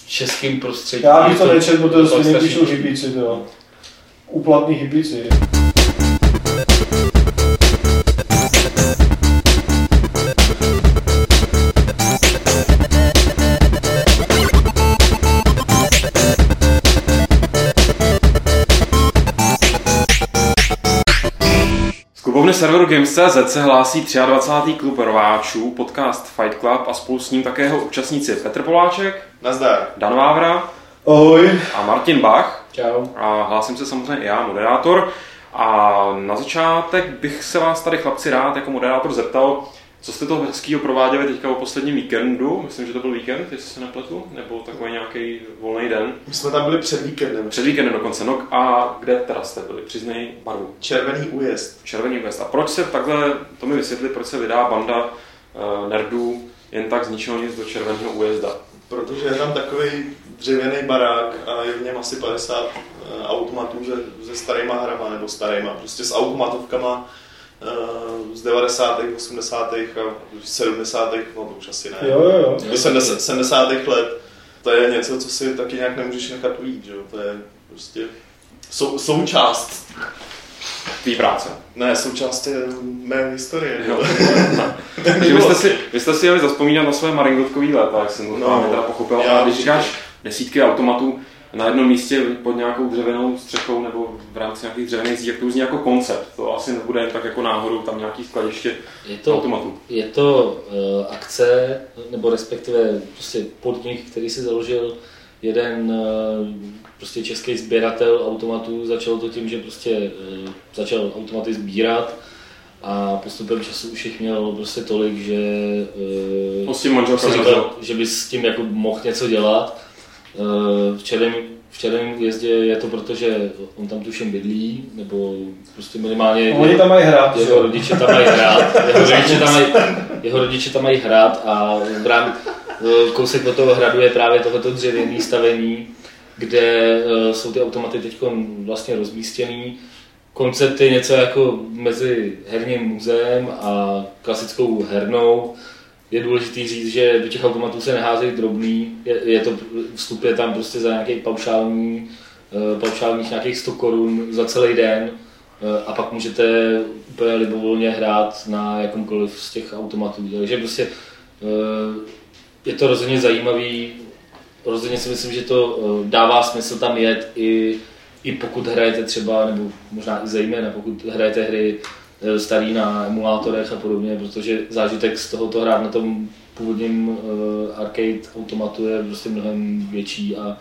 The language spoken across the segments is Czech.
českým prostředí. Já bych to nečetl, protože si nepíšou hybíci, to úplatný hybíci. Klubovny serveru Games.cz se hlásí 23. klub rváčů, podcast Fight Club a spolu s ním také jeho účastníci Petr Poláček, nazdar, Dan Vávra, ahoj, a Martin Bach. Čau. A hlásím se samozřejmě i já, moderátor. A na začátek bych se vás tady, chlapci, rád jako moderátor zeptal, co jste toho hezkýho prováděli teďka o posledním víkendu. Myslím, že to byl víkend, jestli se nepletu, nebo takový nějaký volný den. My jsme tam byli před víkendem. Před víkendem dokonce. No a kde teda jste byli? Přiznej barvu. Červený újezd. Červený újezd. A proč se takhle, to mi vysvětli, proč se vydá banda nerdů jen tak z ničeho nic do Červeného újezda? Protože je tam takový dřevěný barák a je v něm asi 50 automatů se starýma hrama, nebo starýma, prostě s automatovkama z 90., 80. a 70. no to už asi ne. Jo. 70. let. To je něco, co si taky nějak nemůžeš nechat ujít, že jo? To je prostě součást tvý práce. Ne, součást je mé historie. Jo. Vy jste si jeli zazpomínat na své maringotkový léta, jak jsem to teda pochopil. A když říkáš desítky automatů na jednom místě pod nějakou dřevěnou střechou nebo v rámci nějakých dřevěných zdí, jak to zní jako koncept. To asi nebude jen tak jako náhodou tam nějaký skladiště automatů. Je to akce, nebo respektive prostě podnik, který si založil jeden prostě český sběratel automatů. Začalo to tím, že prostě začal automaty sbírat a postupem času už jich měl prostě tolik, že si říkal, že by s tím jako mohl něco dělat. V Červeném újezdě je to proto, že on tam tuším bydlí, nebo prostě minimálně oni tam mají hrát, jeho rodiče tam mají hrát, jeho rodiče tam mají hrát a kousek od toho hradu je právě tohleto dřevěné stavení, kde jsou ty automaty teď vlastně rozmístěný. Koncept je něco jako mezi herním muzeem a klasickou hernou. Je důležitý říct, že do těch automatů se neházejí drobný, vstup je tam prostě za nějaký paušálních nějakých 100 korun za celý den a pak můžete úplně libovolně hrát na jakomkoliv z těch automatů. Takže prostě je to rozhodně zajímavý, rozhodně si myslím, že to dává smysl tam jet i pokud hrajete třeba, nebo možná i zejména pokud hrajete hry starý na emulátorech a podobně, protože zážitek z tohoto hrát na tom původním arcade automatu je prostě mnohem větší a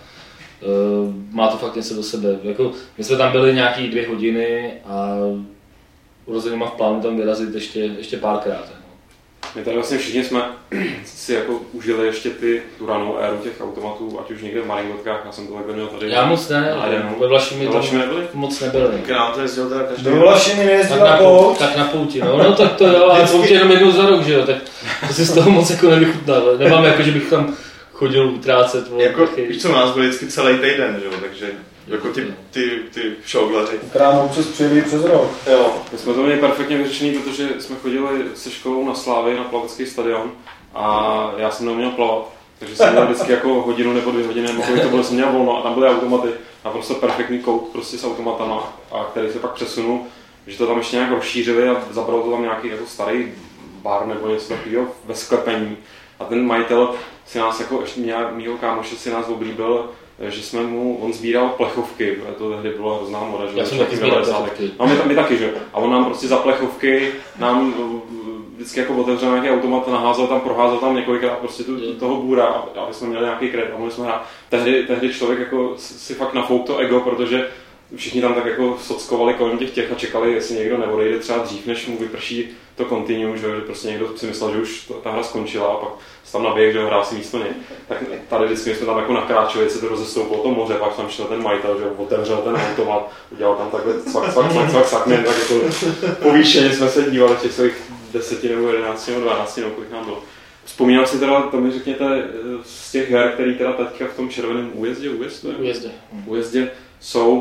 má to fakt něco do sebe. Jako, my jsme tam byli nějaký 2 hodiny a rozhodně mám v plánu tam vyrazit ještě párkrát. My tady vlastně všichni jsme si jako užili ještě tu ranou éru těch automatů, ať už někde v maringotkách, já jsem to takhle měl tady. Já moc ne, ve Vlašimi moc nebyli. K nám to jezdil teda každý. Do Vlašimi nejezdil na pouť? Tak na pouti, no tak to jo, ale pouti jenom jednou za rok, že jo, tak to si z toho moc jako nevychutnal. Nemám jako, že bych tam chodil utrácet. Jako, víš co, nás byl vždycky celý týden, že jo, takže jako ty šouglaři. Krámou přijeli přes rok. Jo. My jsme to měli perfektně vyřešený, protože jsme chodili se školou na Slávy na plavecký stadion a já jsem neuměl plavat. Takže jsem měl vždycky jako hodinu nebo 2 hodiny, nebo kolik to bylo, jsem měl volno a tam byly automaty. Naprosto perfektní kout prostě s automatama, a který se pak přesunul, že to tam ještě nějak rozšířili a zabralo to tam nějaký jako starý bar nebo něco takového ve sklepení. A ten majitel si nás jako ještě mýho kámoše si nás oblíbil, že on sbíral plechovky, to tehdy byla hrozná moda, že? Já jsem taky sbíral plechovky. No my taky, že? A on nám prostě za plechovky nám vždycky jako otevřel nějaký automat, proházel tam několikrát prostě toho bůra, aby jsme měli nějaký kredit a mohli jsme hrát. Tehdy člověk jako si fakt nafouk to ego, protože všichni tam tak jako sockovali kolem těch a čekali, jestli někdo neodejde třeba dřív, než mu vyprší to continue, že prostě někdo si myslel, že už ta hra skončila a pak se tam naběh, že hrál si místo něj. Tak tady vždycky jsme tam jako nakráčeli, se to rozestoupilo to moře, pak tam šel ten majitel, že otevřel ten automat, udělal tam takhle cvak, tak jako povýšeně jsme se dívali v těch svých 10 nebo 11 nebo 12 nebo kolik nám bylo. Vzpomínám si teda, to mi řekněte, z těch her, které teda teďka v tom Červeném újezdě Újezdě jsou,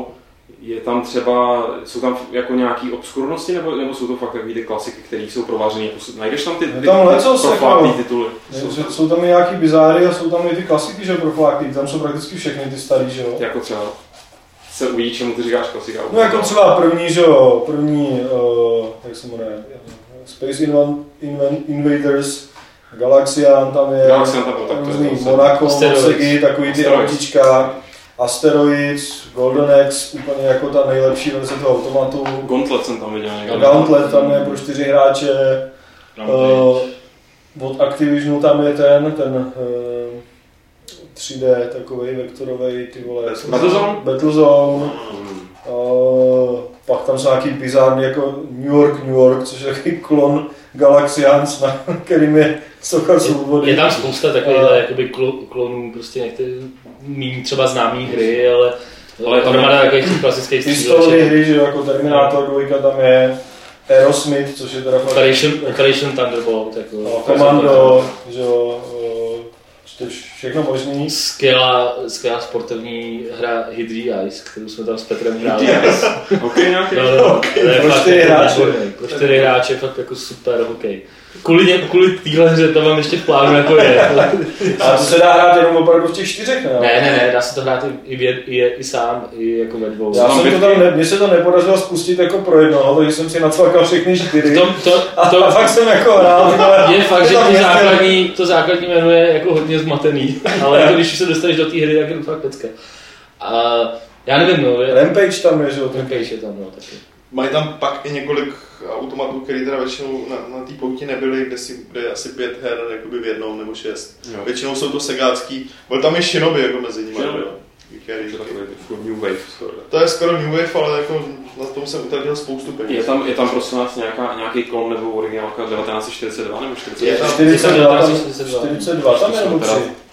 je tam třeba, jsou tam jako nějaký obskurnosti, nebo jsou to fakt takový ty klasiky, které jsou provážené? Jako, najdeš tam ty profláklý tituly? Jsou tam i nějaký bizáry a jsou tam i ty klasiky, že profláklý, tam jsou prakticky všechny ty starý, že jo? Jako třeba se uvidí, čemu ty říkáš klasika? No jako třeba první, že jo, jak se jmenuje, Space Invaders, Galaxian tam je, různý Monaco, Segi, takový ty autička, Asteroids, Golden Axe, úplně jako ta nejlepší verze toho automatu. Gauntlet jsem tam viděl. Gauntlet tam je pro 4 hráče, od Activisionu tam je ten 3D takovej vektorovej, ty vole. Battlezone. Pak tam jsou nějaký bizární jako New York, což je takový klon Galaxians, na kterým je socha svobody. Je tam spousta takovýchhle jakoby klonů, prostě některé méně třeba známý hry, ale armáda takových klasických pistolní hry, že jako Terminator 2 tam je, Aerosmith, což je teda Operation Thunderbolt, jako Commando, že jo, všechno možný. Skvělá sportovní hra Hydrý Ice, kterou jsme tam s Petrem hráli. Hokej nějaký? Pro 4 hráče. Pro 4 hráče fakt jako super hokej. Kvůli téhle hře to mám ještě v plánu, jako je. A to se dá hrát jenom opravdu v těch 4, ne? Ne, dá se to hrát i sám, i jako ve dvou. Mně se to nepodařilo spustit jako pro jednoho, takže jsem si nacvakal všechny 4. A fakt jsem jako hrál. Je fakt, že to základní menu je jako hodně zmatený, ale jako když se dostaneš do té hry, tak je to fakt pecka. A já nevím, no. Rampage tam je, že jo? Rampage je tam, no, taky. Mají tam pak i několik automatů, které teda většinou na té pouti nebyly, kde je asi 5 her jakoby v jednom nebo 6. Jo. Většinou jsou to segácký. Byl tam i Shinobi jako mezi nimi. New Wave skoro. To je skoro New Wave, ale jako na tom jsem utratil spoustu peněz. Je tam prosím nás nějaký klon nebo originálka 1942 nebo 42 tam je nebo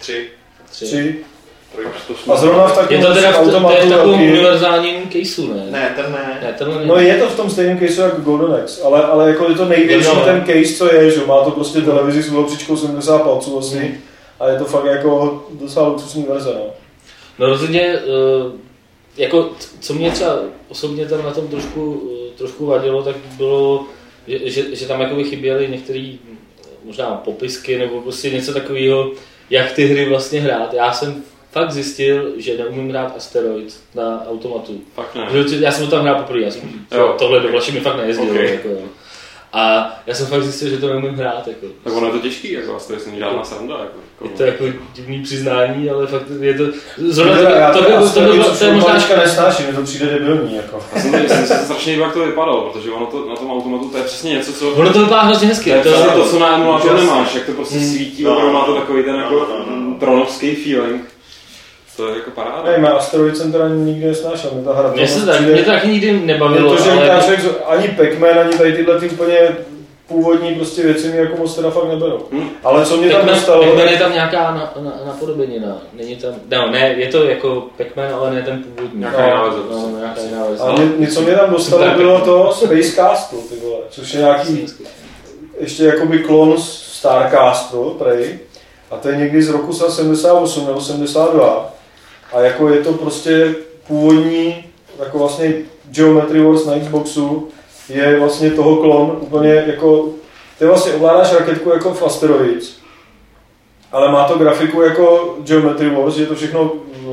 3. A zrovna v takovém automatu je v takovém univerzálním caseu, ne? Ne, ten ne. No je to v tom stejném caseu jako Golden Axe, ale jako je to největší ten case, co je, že má to prostě televizi s úhlopříčkou 70 palců asi a je to fakt jako docela luxusní verze, no. No rozhodně, jako co mě třeba osobně tam na tom trošku vadilo, tak bylo, že tam jakoby chyběly některé možná popisky nebo prostě něco takového, jak ty hry vlastně hrát. Já jsem fakt zjistil, že neumím hrát Asteroid na automatu. Fakt ne. Já jsem to tam hrál poprvé, tohle do Vlaši mi fakt nejezdilo. Okay. Jako, a já jsem fakt zjistil, že to neumím hrát. Jako. Tak ono je to těžký, jako Asteroid jsem žádná sranda. Je to jako divný přiznání, ale fakt je to... To je možná nesnáším, mě to přijde debilní. Jako. Já jsem se strašně líbil, jak to vypadalo, protože ono to na tom automatu to je přesně něco, co... Ono to vypadá hrozně hezky. To je to, co na emulátoru nemáš, jak to prostě svítí, opravdu má to takový ten jako tronovský feeling. To je jako paráda. Ne, Asteroid jsem teda nikdy nesnášel, mě ta hra... Mě to taky nikdy nebavilo, protože ani Pac-Man, ani tady tyhle ty úplně původní prostě věci mi jako moc teda fakt neberou. Ale co mě tam dostalo... Pac-Man je tam nějaká napodobenina, není tam... No, ne, je to jako Pac-Man, ale ne ten původní. Nějaká nálezost. Ale co mě tam dostalo bylo to Space Castle, ty vole, což je nějaký ještě jakoby klon Starcastu, prej. A to je někdy z roku 78 nebo 72. A jako je to prostě původní, jako vlastně Geometry Wars na Xboxu, je vlastně toho klon úplně jako, ty vlastně ovládáš raketku jako v Asteroids, ale má to grafiku jako Geometry Wars, je to všechno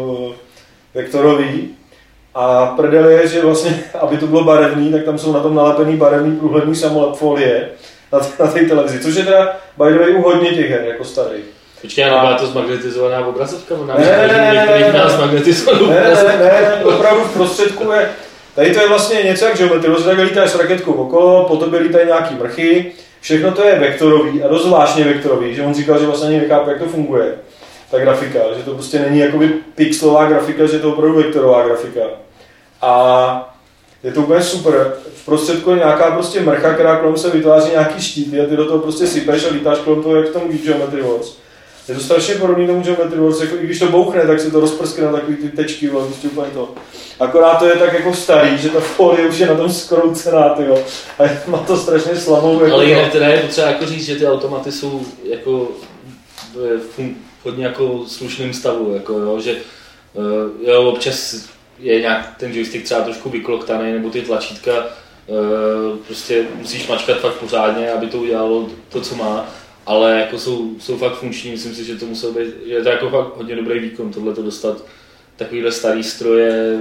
vektorový a prdel je, že vlastně, aby to bylo barevný, tak tam jsou na tom nalepený barevný průhledný samolep folie na té televizi, což je teda by the way u hodně těch her, jako starých. Počkej, nebyla to zmagnetizovaná obrazovka? Ne, opravdu v prostředku je... Tady to je vlastně něco jak Geometry, že tak lítáš s raketkou okolo, po tobě lítají nějaký mrchy, všechno to je vektorový a dost zvláštně vektorový, že on říkal, že vlastně ani nechápe, jak to funguje, ta grafika, že to prostě není jakoby pixelová grafika, že je to opravdu vektorová grafika. A je to úplně super. V prostředku je nějaká prostě mrcha, která kolem se vytváří nějaký štíty a ty do toho prostě sypeš a lítáš kolem toho, jak tomu Geometry Wars. Je to strašně podobný tomu Geometry Wars, jako i když to bouchne, tak se to rozprskne na takový ty tečky, vlastně úplně to. Akorát to je tak jako starý, že ta folie už je na tom skroucená, tyjo. A má to strašně slabou. Ale jinak teda je potřeba jako říct, že ty automaty jsou jako hodně jako slušným stavu, jako jo, že jo, občas je nějak ten joystick třeba trošku vykloktaný, nebo ty tlačítka prostě musíš mačkat fakt pořádně, aby to udělalo to, co má. Ale jako jsou fakt funkční, myslím si, že to muselo být, že je to jako fakt hodně dobrý výkon, tohleto dostat takovýhle starý stroje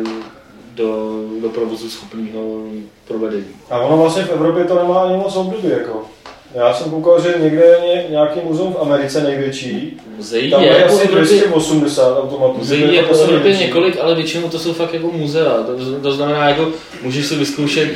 do provozu schopného provedení. A ono vlastně v Evropě to nemá ani moc období, jako. Já jsem koukal, že někde je nějaký muzeum v Americe největší. Muzeí tam je asi 280 automatů. Muzeí je v Evropě několik, ale většinou to jsou fakt jako muzea. To znamená, jako můžeš si vyzkoušet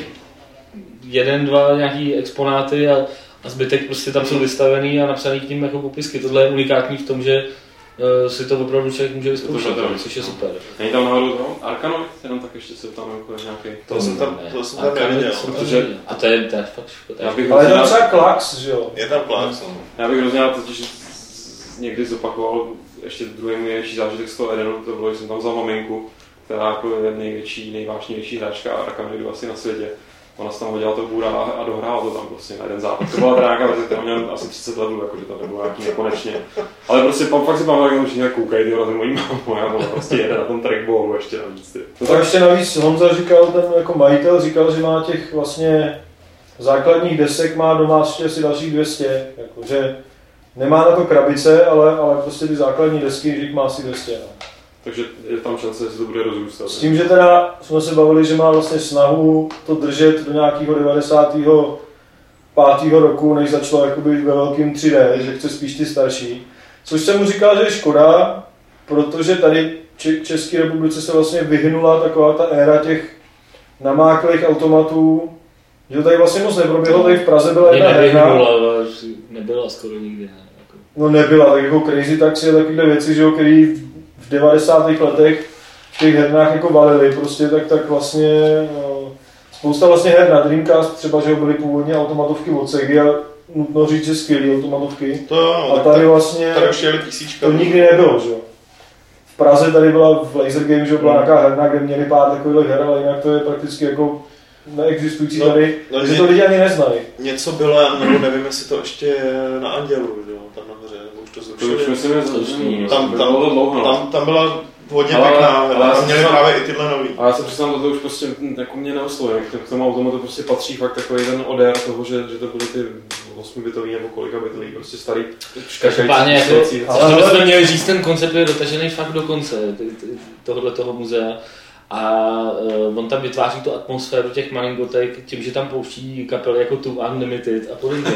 1-2 nějaký exponáty a zbytek prostě tam jsou vystavený a napsaný k ním jako popisky. Tohle je unikátní v tom, že si to opravdu člověk může vyzkoušet, což je super. Není tam náhodou Arkanoid? Jenom tak ještě se tam nějaký... To jsem tam neviděl. A to je fakt škoda. Ale je tam třeba Klax, že jo? Je tam Klax, no. Já bych hrozně totiž někdy zopakoval ještě druhý největší zážitek z toho Edenu, to bylo, že jsem tam vzal maminku, která jako je největší, nejvážnější hráčka Arkanoidu asi na světě. Ona se tam hodila to bůra a dohrála to tam prostě na jeden západ. To byla teda nějaká verze, která měla asi 30 let, jako, že to nebylo nějaký nekonečně. Ale prostě fakt si pamatuju, že všichni koukají, tyhle mojí mámu, já byla prostě jede na tom trackballu ještě navíc. No ještě navíc Honza říkal, ten jako majitel říkal, že má těch vlastně základních desek má doma asi dalších 200, jako, že nemá na to krabice, ale prostě ty základní desky, že jich má asi 200. No. Takže je tam šance, že se to bude rozrůstat. S tím, že teda jsme se bavili, že má vlastně snahu to držet do nějakého 95. roku, než začalo jakoby ve velkým 3D, že chce spíš ty starší. Což jsem mu říkal, že je škoda, protože tady v České republice se vlastně vyhnula taková ta éra těch namáklých automatů, že to tady vlastně moc neproběhlo, tady v Praze byla jedna herna. Nebyla skoro nikdy. Jako. No nebyla, tak jako Crazy Taxi a takovéhle věci, že které v 90. letech v těch hernách jako valili prostě, tak vlastně spousta vlastně her na Dreamcast třeba, že byly původně automatovky od Segy a nutno říct, že skvělý automatovky. To jo, a tady vlastně tady už jeli písíčka. To nikdy nebylo, že jo. V Praze tady byla v Laser Game, že byla nějaká herna, kde měli pár takových her, ale jinak to je prakticky jako neexistující tady, že to lidi ani neznají. Něco bylo, nebo nevím, jestli to ještě je na Andělu, že jo, tam nahoře, nebo už to zrušili. To už myslím, že zrušení. Tam byla hodně pěkná, ale měli právě i tyhle nový. A já se přiznám, to už prostě jako mě neoslovuje. K tomu automatu prostě patří fakt takový ten odér toho, že to byly ty 8-bitový nebo kolika bitový, prostě starý. Každopádně, jako, jsme měli říct, ten koncept je dotažený fakt do konce toho muzea. A on tam vytváří tu atmosféru těch malingotek tím, že tam pouští kapely jako Tu Unlimited a podobně.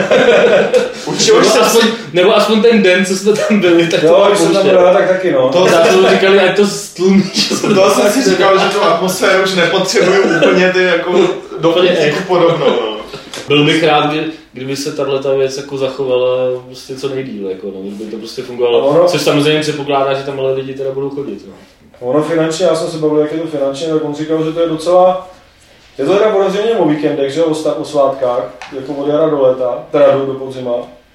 nebo aspoň ten den, co jsme tam byli, tak jo, když jsem tam byl, tak taky no. To jsme říkali, ať to stlumíš. To jsem si říkal, že tu atmosféru už nepotřebuju úplně ty jako doplňku podobnou. No. Byl bych rád, kdyby se tato věc jako zachovala prostě co nejdýl, jako, no, kdyby to prostě fungovalo, což samozřejmě předpokládá, že tam ale lidi teda budou chodit. No. Ono finančně, já jsem se bavil, jak je to finančně, tak on říkal, že to je docela, je to teda podezřelně o víkendech, že o svátkách, jako od jara do léta, teda do podzima.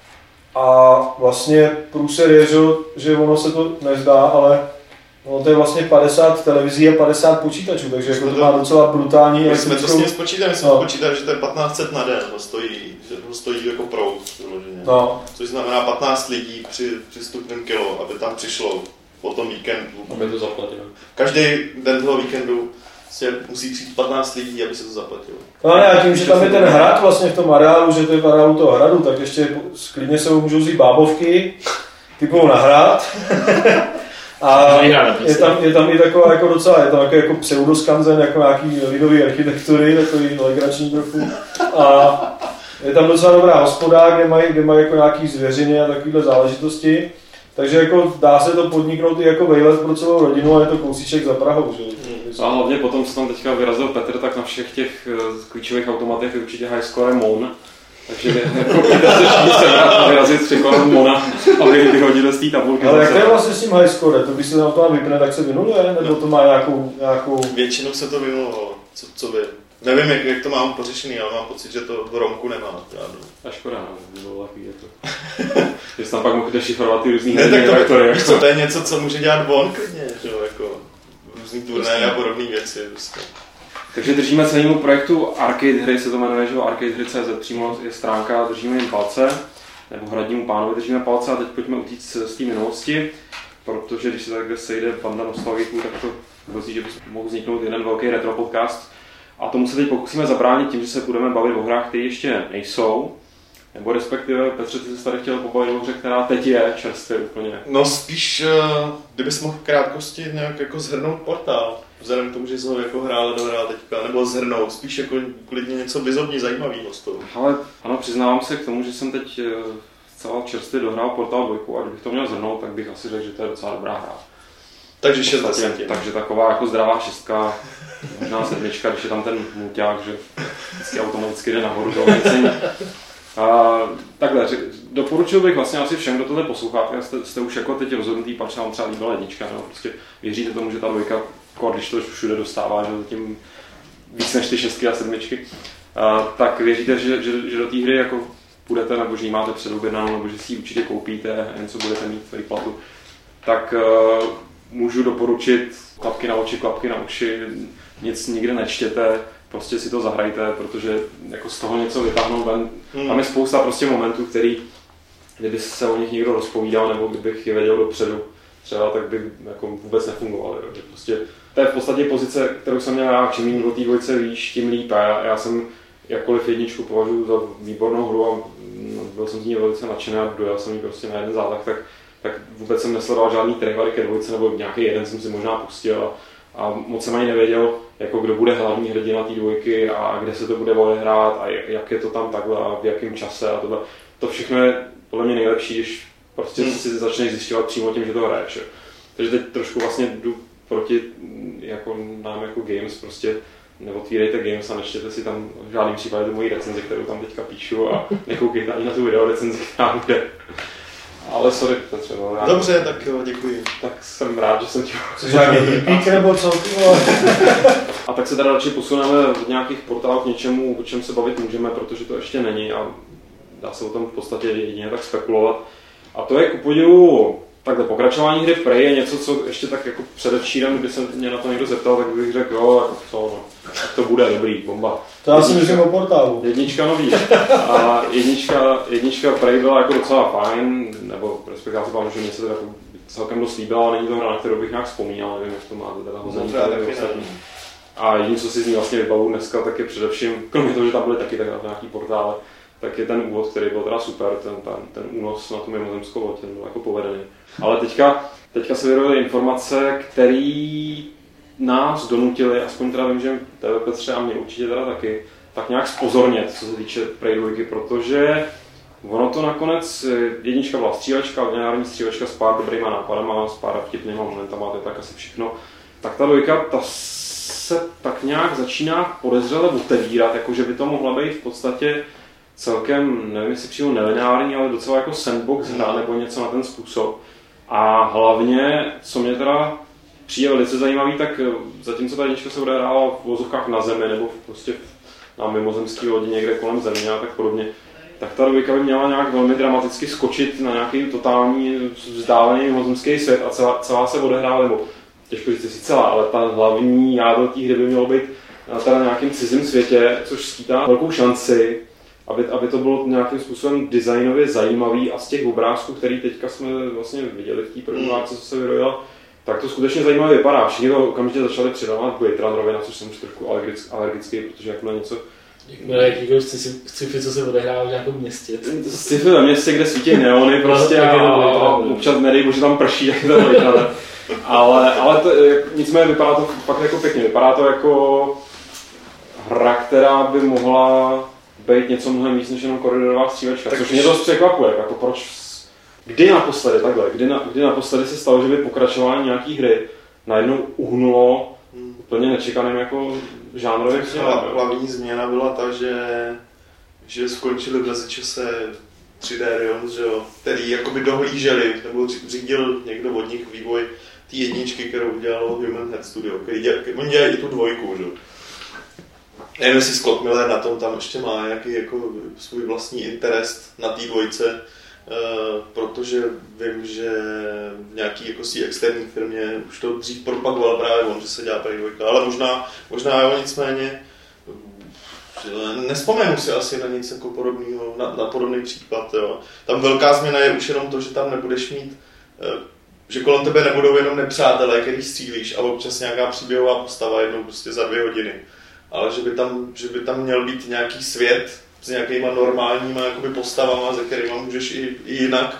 A vlastně průser je, že ono se to nezdá, ale ono to je vlastně 50 televizí a 50 počítačů, takže jako to má docela brutální... My jsme to s ním spočítali, spočítali, že to je 1500 na den, že to stojí jako proud, no. Což znamená 15 lidí při stupném kilo, aby tam přišlo po tom víkendu. Aby to zaplatilo. Každý den toho víkendu se musí přijít 15 lidí, aby se to zaplatilo. No ne, a tím, že tam je ten hrad vlastně v tom areálu, že to je v areálu toho hradu, tak ještě klidně se můžou vzít bábovky, typou na hrad. A je tam i taková jako docela, je tam jako pseudoskanzen, jako nějaký lidový architektury, takový legrační trochu. A je tam docela dobrá hospoda, kde mají jako nějaký zvěřiny a takovéhle záležitosti. Takže jako dá se to podniknout i jako vejlet pro celou rodinu a je to kousíček za Prahou. Že? A hlavně potom, co tam teďka vyrazil Petr, tak na všech těch klíčových automatech je určitě high score Mon. Takže koupíte se všichni vyrazit s překladem Mona, aby vyhodili z té tabulky. Ale jak to je vlastně s tím high score? To když se automat vypne, tak se vynuluje? Nebo to má nějakou... Většinou se to vynulovalo, co vy. Nevím, jak to mám pořešený, ale mám pocit, že to v Romku nemá. A škoda, bylo takový to. Že tam pak mohl dešifrovat ty různý reaktory. Víš co, to je něco, co může dělat on klidně, že jo, jako různý turné a podobné věci. Prostě. Takže držíme celému projektu Arcade hry, se to jmenuje, že jo, arcadehry.cz, přímo je stránka, držíme jim palce, nebo Hradnímu pánovi držíme palce a teď pojďme utíct z té minulosti. protože když se takhle sejde banda nostalgiků, tak to hrozí, že by mohl vzniknout jeden velký retro podcast. A tomu se teď pokusíme zabránit tím, že se budeme bavit o hrách, které ještě nejsou. Nebo respektive, Petře, ty jsi tady chtěl pobavit o hře, která teď je čerstvě úplně. No spíš, kdybys mohl v krátkosti nějak jako zhrnout Portál, vzhledem k tomu, že jsi ho jako hrál teďka, nebo zhrnout, spíš jako klidně něco bizobně zajímavého z toho. Ale ano, přiznávám se k tomu, že jsem teď celá čerstvě dohrál Portál 2 a kdybych to měl zhrnout, tak bych asi řekl, že to je docela dobrá hra. Takže 6 Takže taková jako zdravá 6, možná 7, když je tam ten mulťák, že vždycky automaticky jde nahoru toho věcení. Takhle, doporučil bych vlastně asi všem, kdo tohle posloucháte, jste už jako teď rozhodnutý, pač vám třeba líbila 1, nebo prostě věříte tomu, že ta 2, když to všude dostává, že zatím víc než ty 6 a 7, tak věříte, že do té hry jako půjdete, nebo že ji máte předobjednanou, nebo že si ji určitě koupíte, jen co budete mít v výplatu, tak můžu doporučit klapky na oči, klapky na uši, nic nikde nečtěte, prostě si to zahrajte, protože jako z toho něco vytáhnout ven. Tam je spousta prostě momentů, který, kdyby se o nich někdo rozpovídal, nebo kdybych je věděl dopředu, třeba tak by jako vůbec nefungovaly. Prostě to je v podstatě pozice, kterou jsem měl já, čím méně o té 2 víš, tím líp. A já jsem jakkoliv 1 považuji za výbornou hru a byl jsem z ní velice nadšený a dojel jsem ji prostě na jeden zátah, tak vůbec jsem nesledoval žádný trailery ke 2, nebo nějaký jeden jsem si možná pustil a moc jsem ani nevěděl, jako kdo bude hlavní hrdina té 2 a kde se to bude odehrát a jak je to tam takhle a v jakém čase a tohle. To všechno je podle mě nejlepší, když prostě si začneš zjišťovat přímo tím, že to hraješ. Takže teď trošku vlastně jdu proti jako nám jako Games, prostě neotvírejte Games a nečtěte si tam v žádném případě tu moji recenzi, kterou tam teďka píšu a nekoukejte ani na tu video recenzi, která bude. Ale sorry, Petře, no, dobře, tak jo, děkuji. Tak jsem rád, že jsem ti Pík nebo co? A tak se teda radši posuneme od nějakých portálů k něčemu, o čem se bavit můžeme, protože to ještě není a dá se o tom v podstatě jedině tak spekulovat. A to je ku podivu takhle pokračování hry v Prey je něco, co ještě tak jako předevčírem, kdyby se mě na to někdo zeptal, tak bych řekl, jo, jako co, no, tak to bude dobrý, bomba. To já si myslím o Portálu. 1 nový. A 1 Prey byla jako docela fajn, nebo respektive já si pamatuju, že mě se teda celkem dost líbila, ale není to hra, na kterou bych nějak vzpomínal, nevím, jak to máte teda hozený ostatní. A jediné, co si z ní vlastně vybavu dneska, tak je především, kromě toho, že tam byly taky nějaký portále, tak je ten úvod, který byl teda super, ten únos na tu mimozemskou loď, ten byl jako povedený. Ale teďka se vyrojily informace, které nás donutily, aspoň teda vím, že tebe, Petře, a mě určitě teda taky, tak nějak zpozornět, co se týče Prey 2, protože ono to nakonec, 1 byla střílečka, lineární střílečka s pár dobrýma nápadama, s pár vtipnýma momentama, to je tak asi všechno. Tak ta 2, ta se tak nějak začíná podezřele otevírat, jakože by to mohla být v podstatě celkem, nevím jestli přímo nelineární, ale docela jako sandbox hra nebo něco na ten způsob. A hlavně, co mě teda přijde velice zajímavý, tak zatímco ta 1 se odehrála v vozovkách na zemi nebo prostě na mimozemský lodi někde kolem země a tak podobně, tak ta 2 by měla nějak velmi dramaticky skočit na nějaký totální vzdálený mimozemský svět a celá se odehrála, nebo těžko říct si celá, ale ta hlavní jádro té hry by mělo být na teda nějakém cizím světě, což skýtá velkou šanci, aby to bylo nějakým způsobem designově zajímavý a z těch obrázků, který teďka jsme vlastně viděli v té první válce, co se vyrojila, tak to skutečně zajímavě vypadá. Všichni to okamžitě začali přidávat Blade Runnerovi, na což jsem už trošku alergický, protože jakmile něco... Jakýkoliv sci-fi, co se odehrává v nějakém městě. Sci-fi ve městě, kde svítí neony prostě a občas nedej bože tam prší, jak je to Blade Runner. Ale to, nicméně vypadá to fakt jako pěkně. Vypadá to jako hra, která by mohla být něco mnohem víc než jenom koridorová střílečka, což mě dost překvapuje, jako proč, kdy naposledy se stalo, že by pokračování nějaký hry najednou uhnulo úplně nečekaným jako žánrovým směrem. Hlavní změna byla ta, že skončili v mezičase 3D Realms, že jo, který jakoby dohlíželi, nebo řídil někdo od nich vývoj té 1, kterou udělalo Human Head Studio, oni dělají i tu 2, že jo. Nevím, jestli Scott Miller na tom tam ještě má nějaký jako svůj vlastní interest na té 2, protože vím, že v nějaký jako si externí firmě už to dřív propagoval právě on, že se dělá Prey 2, ale možná jo, nicméně nespomenu si asi na nic jako podobného, na podobný případ. Jo. Tam velká změna je už jenom to, že tam nebudeš mít že kolem tebe nebudou jenom nepřátelé, který střílíš a občas nějaká příběhová postava jednou prostě za 2 hodiny. Ale že by tam měl být nějaký svět s nějakýma normálníma jakoby postavama, ze kterýma můžeš i jinak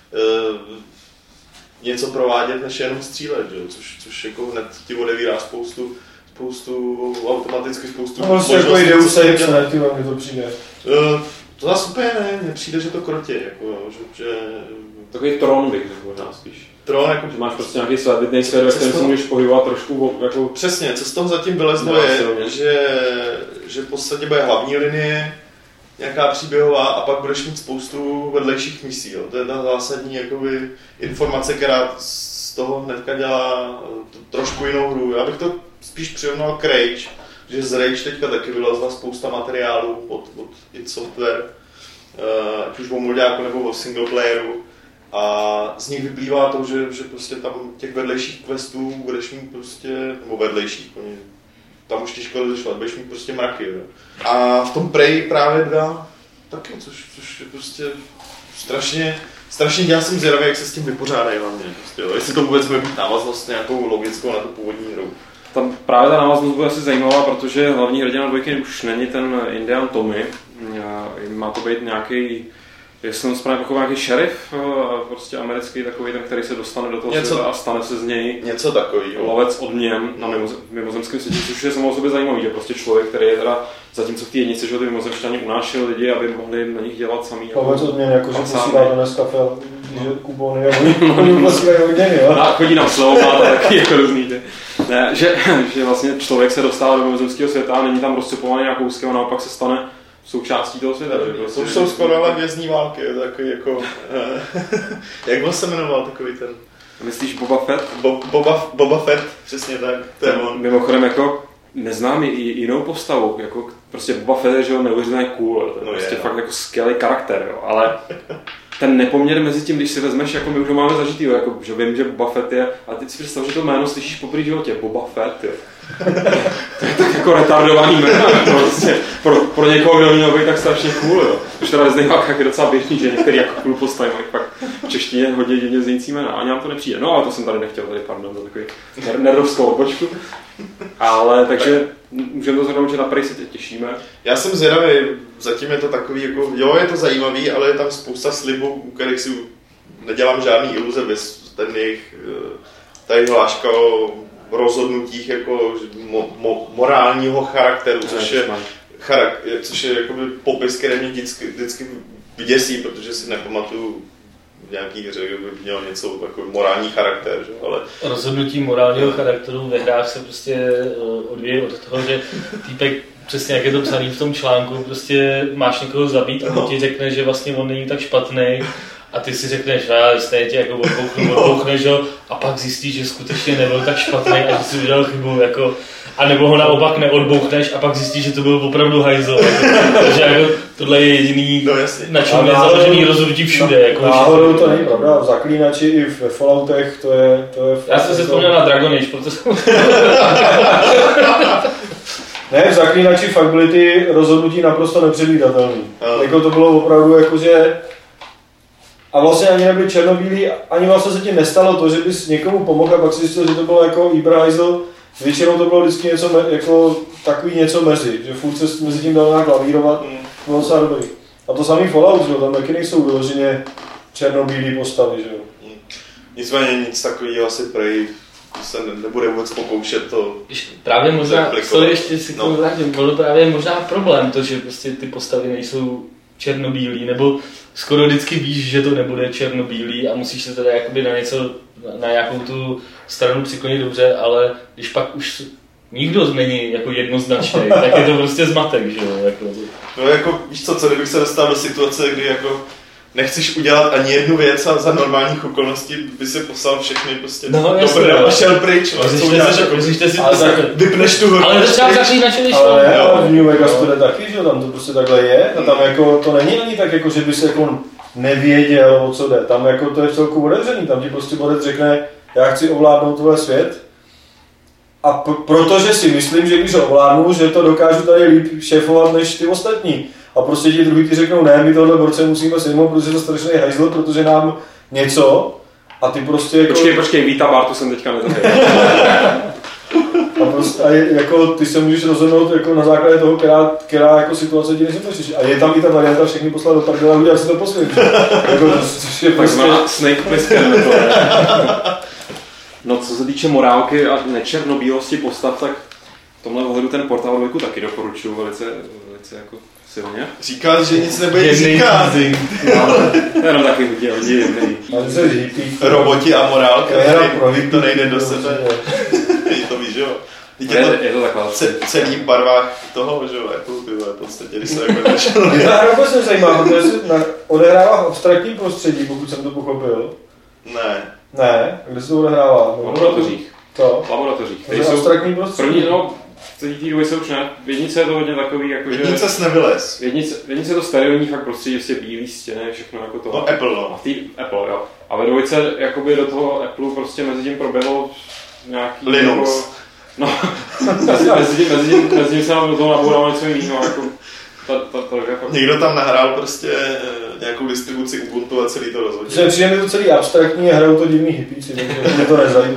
něco provádět, než jenom střílet, že? Což jako hned ti odevírá spoustu automaticky spoustu možností. Jako i Deus Ex, ne, ty vám mi to přijde. To zase úplně ne, mně přijde, že to krotě, jako, že... Takový tron bych řekl možná spíš. Tron, jako... Že máš prostě nějaký svébytný svět, ve kterém se můžeš pohybovat trošku jako... Přesně, co z toho zatím vylezlo je, že v podstatě bude hlavní linie, nějaká příběhová a pak budeš mít spoustu vedlejších misí. Jo. To je ta zásadní jakoby, informace, která z toho hnedka dělá trošku jinou hru. Já bych to spíš přirovnal k Rage, že z Rage teďka taky vylezla spousta materiálů od id Software, ať už o mulťáku nebo o single playeru. A z nich vyplývá to, že prostě tam těch vedlejších questů budeš mít prostě, nebo vedlejších, tam už těžko rozlišovat, budeš mít prostě mraky. Jo. A v tom Prey právě dá taky, což je prostě strašně já jsem zvědavý, jak se s tím vypořádají hlavně. Prostě, jo. Jestli to vůbec bude mít návaznost nějakou logickou na tu původní hru. Tam právě ta návaznost bude asi zajímavá, protože hlavní hrdina dvojky už není ten Indian Tommy. Má to být nějaký, jestli jsem správně jako nějaký šerif, prostě americký takový, ten, který se dostane do toho světa a stane se z něj něco takového. Lovec odměn na mimozemském světě, což je samo o sobě zajímavý, že prostě člověk, který je teda, zatímco v té jednici, že ty mimozemšťani unášeli lidi, aby mohli na nich dělat samý. Lovec odměn, jakože posílá dneska kupony a oni posílají odměny, jo? A chodí na slovo, má to taky jako různý, ne, že vlastně člověk se dostává do mimozemského světa a není tam rozcepovaný na kousky a naopak se stane součástí toho světa. To už jsou skoro ale vězní války, takový jako... jak se jmenoval takový ten... Myslíš Boba Fett? Boba Fett, přesně tak. To je on. Mimochodem jako neznám i jinou postavu, jako prostě Boba Fett je, že ho neuvěřitelně cool, to je prostě fakt jako skvělý charakter, jo, ale ten nepoměr mezi tím, když si vezmeš, jako my už ho máme zažitý, jako, že vím, že Boba Fett je, a teď si představ, že to jméno slyšíš po první životě, Boba Fett, jo. To je tak jako retardovaný jméno, prostě pro někoho, kdo měl být tak strašně cool, jo. Už teda neznejvá, jak je docela běžný, že některý jako cool postavy mají fakt v češtině hodně divně znějící jména, ani nám to nepřijde. No ale to jsem tady nechtěl, pardon, za takový nerdovskou odbočku. Ale takže můžeme to zhrnout, že na Prey se těšíme. Já jsem zvědavý, zatím je to takový, jako, jo, je to zajímavý, ale je tam spousta slibů, u kterých si nedělám žádný iluze, ten jejich tady hláška o rozhodnutích jako morálního charakteru, což je jakoby popis, který mě vždycky vyděsí, protože si nepamatuju v nějaký hře, by měl něco jako morální charakter, že? Ale... Rozhodnutí morálního charakteru ve hrách se prostě odvíjí od toho, že týpek, přesně jak je to psaný v tom článku, prostě máš někoho zabít a on ti řekne, že vlastně on není tak špatný. A ty si řekneš, že stejně tě jako odbouchneš, a pak zjistíš, že skutečně nebyl tak špatný a že si udělal chybu, jako, a nebo ho naopak neodbouchneš a pak zjistíš, že to byl opravdu hajzl. Takže jako, tohle je jediný, na čem je založený rozhodnutí všude. Jako, náhodou to není pravda, v Zaklínači i ve Falloutech to je já jsem se vzpomněl na Dragon Age, protože... Ne, v Zaklínači fakt byly ty rozhodnutí naprosto nepředvídatelné. Jako to bylo opravdu jakože... A vlastně ani nebyli černobílí, ani vlastně se ti nestalo to, že bys někomu pomohl a pak si zjistil, že to bylo jako Ibrahizl. Většinou to bylo vždycky něco, jako takový něco mezi, že furt se mezi tím dalo nějak lavírovat, bylo docela dobrý. A to samý Fallout, že? Tam taky nejsou vyloženě černobílý postavy, že jo. Nicméně nic takového asi Prey se nebude vůbec pokoušet to. Právě možná, ještě si k tomu vrátím, bylo právě možná problém to, že prostě ty postavy nejsou černobílý, nebo skoro vždycky víš, že to nebude černobílý a musíš se teda jakoby na nějakou tu stranu přiklonit dobře, ale když pak už nikdo není jako jednoznačný, tak je to prostě zmatek, že jo? Jako. No jako, víš co kdybych se dostal do situace, kdy jako nechceš udělat ani jednu věc a za normálních okolností by si poslal všechny prostě a šel pryč. Co uděláš jako? Vypneš tu hru. Ale to třeba Zaklínače nešlo. Ale v New Vegas to jde taky, že tam to prostě takhle je. A tam jako to není ani tak jako, že bys jako nevěděl, o co jde. Tam jako to je celku otevřený. Tam ti prostě bodec řekne, já chci ovládnout tohle svět. A protože si myslím, že když ho ovládnu, že to dokážu tady líp šéfovat než ty ostatní. A prostě ti druhý ti řeknou, ne, my tohle borce musíme sejmout, protože to strašný hajzl, protože nám něco. A ty prostě jako... Počkej, Vita Bartu jsem teďka nezavěděl. A prostě, jako ty se můžeš rozhodnout jako na základě toho, která jako situace ti nesympatičí. A je tam i ta varianta všechny poslat do prdela a udělat si to poslední. Jako, což je prostě... Snake Plissken. No co se týče morálky a nečernobílosti postav, tak v tomhle ohledu ten Portal 2 taky doporučuji velice jako silně. Říkáš, že nic nebude říkat. To je jenom takový hodně jemný. Roboti a morálka, to nejde do sebe. To víš, jo? Je to taková celý barvách toho, že jo, Apple, ty vole, v podstatě, když se jako nešel. Mě ta hra vůbec nezajímá, protože se odehrává v abstraktním prostředí, pokud jsem to pochopil. Ne, kde se to odehrává? V laboratořích. Co? V laboratořích. To je abstraktní prostředí. První, no, celý té dvoj se už ne. V jednice je to hodně takový, jakože... Jednice jsi nevylez. V jednice je to sterilní fakt prostředí, prostě bílý stěny, všechno jako to. No Apple, no. A v té Apple, jo. A ve dvojce, jakoby do toho Apple prostě mezi tím proběhlo nějaký... Linux. Jako, no, mezi tím se nám do toho nabouralo něco jiného, jako... Někdo tam nahrál prostě nějakou distribuci Ubuntu a celý to rozhodně. Přijde mi to celý abstraktní a hrajou to divný hippíci, takže mě to nezajímá.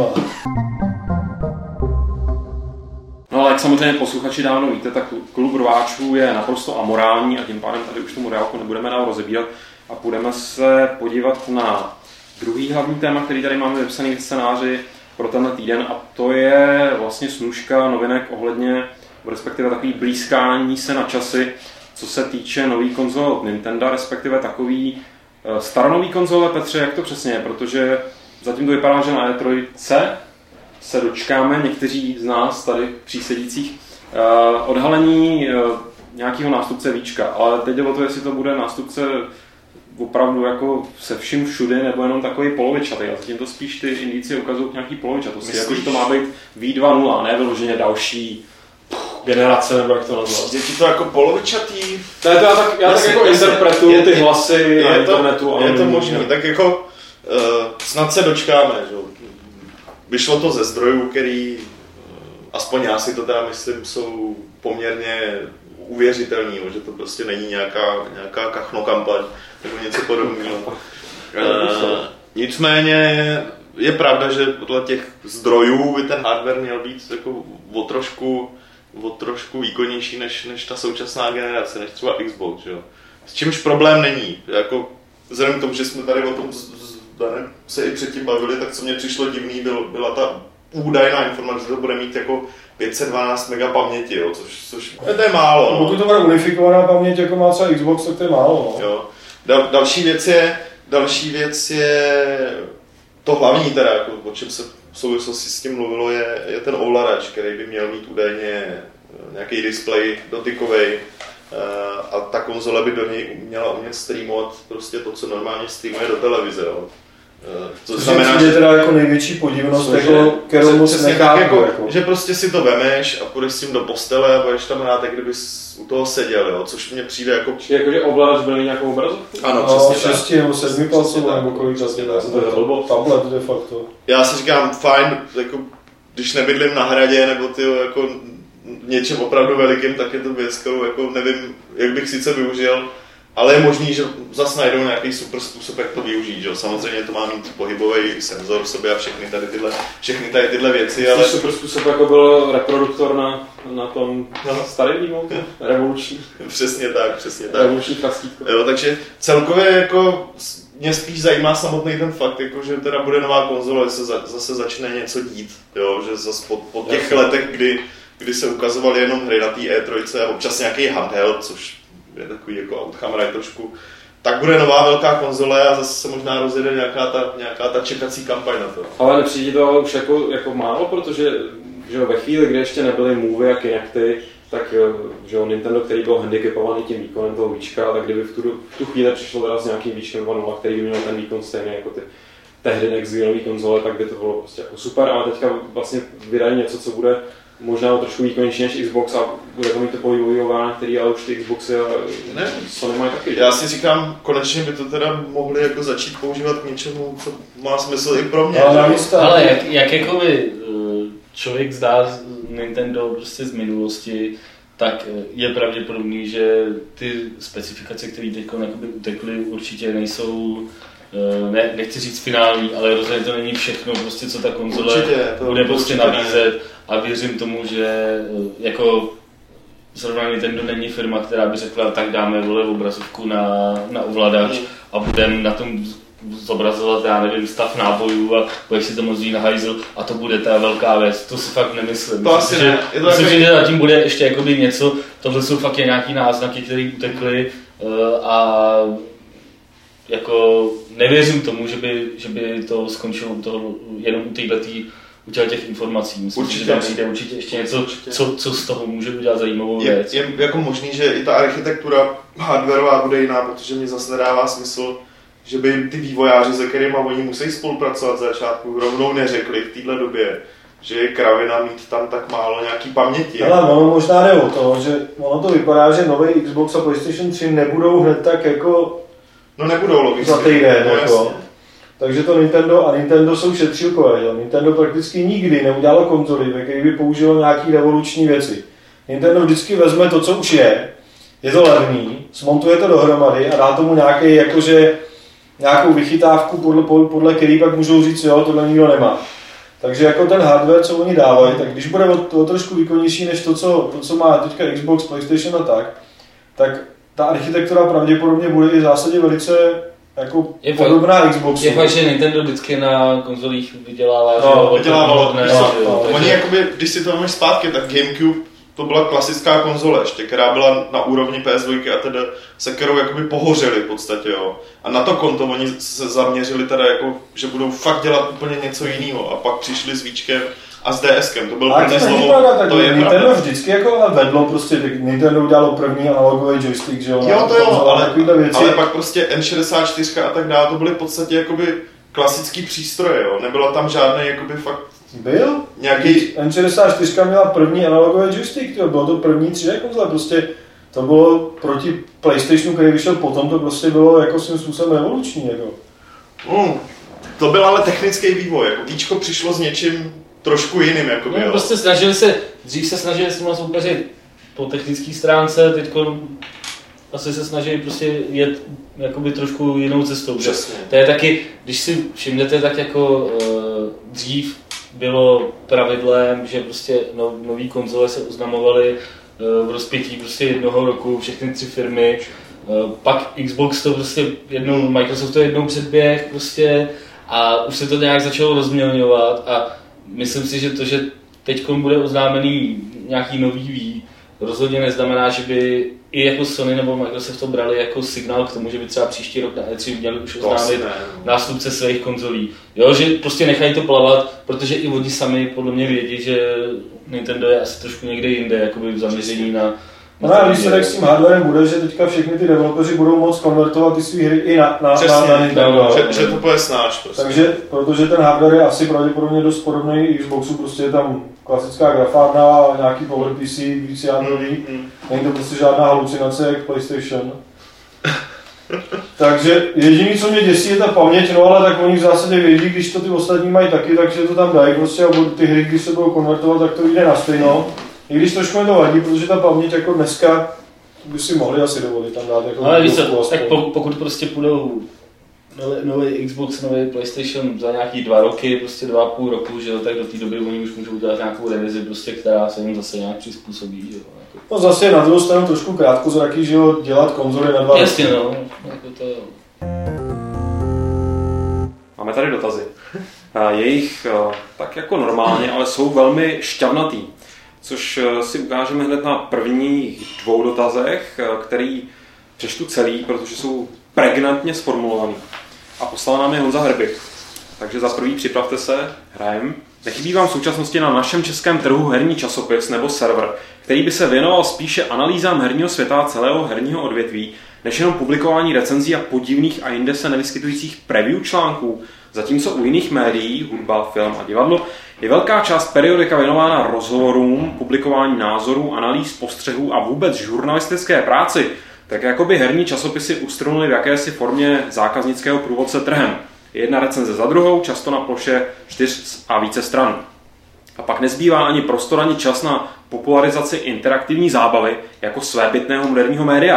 No ale jak samozřejmě posluchači dávno víte, tak klub rváčů je naprosto amorální a tím pádem tady už tu morálku nebudeme dál rozebírat a půjdeme se podívat na druhý hlavní téma, který tady máme vypsaný v scénáři pro tenhle týden a to je vlastně snůška novinek ohledně, respektive takový blízkání se na časy, co se týče nový konzol od Nintendo, respektive takový staronový konzole. Petře, jak to přesně je? Protože zatím to vypadá, že na E3 se dočkáme, někteří z nás tady přísedících, odhalení nějakého nástupce Víčka, ale teď jde o to, jestli to bude nástupce opravdu jako se vším všudy, nebo jenom takový polovičatý. A zatím to spíš ty indicie ukazují nějaký polovičatosti, jako že to má být V2.0, ne vyloženě další generace, nebo jak to nazvat. Je ti to jako polovičatý? To je to, já tak jako interpretuju ty hlasy na internetu. Je to možný, tak jako snad se dočkáme, že? Vyšlo to ze zdrojů, který, aspoň já si to teda myslím, jsou poměrně uvěřitelný, že to prostě není nějaká kachnokampaň nebo něco podobného. Nicméně je pravda, že podle těch zdrojů by ten hardware měl být jako o trošku výkonnější než ta současná generace, než třeba Xbox. Jo. S čímž problém není. Jako, vzhledem k tomu, že jsme tady o tom se i předtím bavili, tak co mě přišlo divný, byla ta údajná informace, že to bude mít jako 512 MB paměti, jo, což to je málo. No. Pokud to bude unifikovaná paměť, jako má třeba Xbox, tak to je málo. No. Jo. Další věc je to hlavní, teda, jako, o čem se v souvislosti s tím mluvilo, je ten ovladač, který by měl mít údajně nějaký displej dotykovej a ta konzole by do něj měla umět streamovat prostě to, co normálně streamuje do televize. Jo. To znamená, že teda jako největší podivnost, kterou moc nechápu. Jako, že prostě si to vemeš a půjdeš s tím do postele a budeš tam hrát, jak kdybys u toho seděl, jo, což mně přijde jako... Jakože ovladač byl nějakou obrazovku? Ano, no, přesně 6 nebo 7 palců, nebo kolik čas je to tablet de facto. Já si říkám, fajn, jako, když nebydlím na hradě, nebo ty jako něčem opravdu velikým, tak je to věc, kterou jako nevím, jak bych sice využil, ale je možný, že zase najdou nějaký super způsob, jak to využít. Že? Samozřejmě to má mít pohybový senzor v sobě a všechny tady tyhle věci. Ale... Super způsob, jako byl reproduktor na tom starém výmoku, revoluční. Přesně tak. Revoluční chastítko. Jo, takže celkově jako mě spíš zajímá samotný ten fakt, jako, že teda bude nová konzole, že se zase začne něco dít. Jo? Že zase po těch letech, kdy se ukazovaly jenom hry na té E3 a občas nějaký handheld, což je takový jako outhamraj trošku, tak bude nová velká konzole a zase se možná rozjede nějaká ta čekací kampaň na to. Ale nepřijde to už jako málo, protože že ve chvíli, kdy ještě nebyly Move a Kinecty, tak že Nintendo, který byl handicapovaný tím výkonem toho Víčka, tak kdyby v tu chvíli přišlo teda s nějakým Víčkem 2.0, který by měl ten výkon stejný jako ty tehdy next-genové konzole, tak by to bylo prostě jako super, ale teďka vlastně vydají něco, co bude možná trošku výkonnější než Xbox a bude to mít to pohybový ovládání, který ale už ty Xboxy a Sony mají taky. Já si říkám, konečně by to teda mohli jako začít používat k něčemu, co má smysl i pro mě. Ale jak jakoby člověk zdá Nintendo prostě z minulosti, tak je pravděpodobný, že ty specifikace, které teď utekly, určitě nejsou nechci říct finální, ale rozhodně to není všechno, prostě co ta konzole bude prostě nabízet a věřím tomu, že jako zrovna Nintendo není firma, která by řekla, tak dáme obrazovku na ovladač a budeme na tom zobrazovat, já nevím, stav nábojů a budeš si to moc na hajzl a to bude ta velká věc. To si fakt nemyslím. To asi ne. Myslím, že zatím bude ještě jakoby něco, tohle jsou fakt nějaký náznaky, které utekly a jako nevěřím tomu, že by to skončilo jenom u těch informací. Myslím, že tam přijde určitě ještě něco, co z toho může udělat zajímavou věc. Je jako možný, že i ta architektura hardwareová bude jiná, protože mě zase nedává smysl, že by ty vývojáři, se kterými oni musí spolupracovat za začátku, rovnou neřekli v této době, že je kravina mít tam tak málo nějaký paměti. Ale ono možná jde o to, že ono to vypadá, že nový Xbox a PlayStation 3 nebudou hned tak jako nebudou logicky. Za týden, jako. Takže to Nintendo jsou šetřilkové. Jo. Nintendo prakticky nikdy neudělalo konzoly, ve kterých by použilo nějaký revoluční věci. Nintendo vždycky vezme to, co už je to levný, smontuje to dohromady a dá tomu nějakou vychytávku, podle který pak můžou říct, jo, tohle nikdo nemá. Takže jako ten hardware, co oni dávají, tak když bude o trošku výkonnější než to, co má teďka Xbox, PlayStation a tak ta architektura pravděpodobně bude i v zásadě velice jako podobná Xboxu. Je fakt, že Nintendo vždycky na konzolích vydělává. Oni jakoby, když si to máš zpátky, tak GameCube to byla klasická konzole ještě, která byla na úrovni PS2 a teda se kterou jakoby pohořeli v podstatě, jo. A na to konto oni se zaměřili teda jako, že budou fakt dělat úplně něco jiného a pak přišli s Víčkem a s DSkem, to byl první slovo, to je Nintendo pravda. Vždycky jako vedlo prostě, Nintendo udělalo první analogový joystick, že jo. Jo, to jo, ale pak prostě N64 a tak dále, to byly v podstatě jakoby klasický přístroje, jo, nebylo tam žádný jakoby fakt byl? Nějaký... N64 měla první analogový joystick, jo. Bylo to první 3D konzole, prostě to bylo proti PlayStationu, který vyšel potom, to prostě bylo jako svým způsobem revoluční, jako. To byl ale technický vývoj, jako Víčko přišlo s něčím trošku jiným, jako no, prostě dřív se snažili s nimi soupeřit po technické stránce, teďko asi se snaží prostě jet jakoby trošku jinou cestou. Přesně. To je taky, když si všimnete, tak jako dřív bylo pravidlem, že prostě nový konzole se oznamovaly v rozpětí prostě 1 roku, všechny 3 firmy, pak Xbox to prostě Microsoft to jednou předběh prostě a už se to nějak začalo rozmělňovat a myslím si, že to, že teď bude oznámený nějaký nový Wii, rozhodně neznamená, že by i jako Sony nebo Microsoft to brali jako signál k tomu, že by třeba příští rok na E3 měli už oznámit nástupce svých konzolí. Jo, že prostě nechají to plavat, protože i oni sami podle mě vědí, že Nintendo je asi trošku někde jinde, jakoby v zaměření na a výsledek s tím hardwarem bude, že teďka všechny ty developeři budou moct konvertovat ty svý hry i na Nintendo. Že to bude snáš prostě. Takže, protože ten hardware je asi pravděpodobně dost podobný Xboxu, prostě je tam klasická grafárna, nějaký PowerPC, víc jádrový. Není to prostě žádná halucinace jak PlayStation. Takže jediné, co mě děsí, je ta paměť, no ale tak oni v zásadě vědí, když to ty ostatní mají taky, takže to tam dají prostě a ty hry, když se budou konvertovat, tak to jde na stejno. I když trošku mi to vadí, protože ta paměť jako dneska by si mohli asi dovolit tam dát jako... Ale víš co, tak pokud prostě půjdou nový Xbox, nový PlayStation za nějaký 2 roky, prostě 2,5 roku, že jo, tak do té doby oni už můžou udělat nějakou revizi, prostě, která se jim zase nějak přizpůsobí, že jo. Jako. No zase na druhou stranu trošku krátkozraký, že jo, dělat konzoly na 2 roky. Jasně no, jako to jo. Máme tady dotazy. Jejich tak jako normálně, ale jsou velmi šťavnatý. Což si ukážeme hned na prvních 2 dotazech, který přečtu celý, protože jsou pregnantně sformulovaný. A poslal nám je Honza Hrbich. Takže za prvý připravte se, hrajem. Nechybí vám v současnosti na našem českém trhu herní časopis nebo server, který by se věnoval spíše analýzám herního světa a celého herního odvětví, než jenom publikování recenzí a podivných a jinde se nevyskytujících preview článků, zatímco u jiných médií, hudba, film a divadlo, je velká část periodika věnována rozhovorům, publikování názorů, analýz, postřehů a vůbec žurnalistické práci, tak jako by herní časopisy ustrunuly v jakési formě zákaznického průvodce trhem. Jedna recenze za druhou, často na ploše 4 a více stran. A pak nezbývá ani prostor, ani čas na popularizaci interaktivní zábavy jako svébytného moderního média.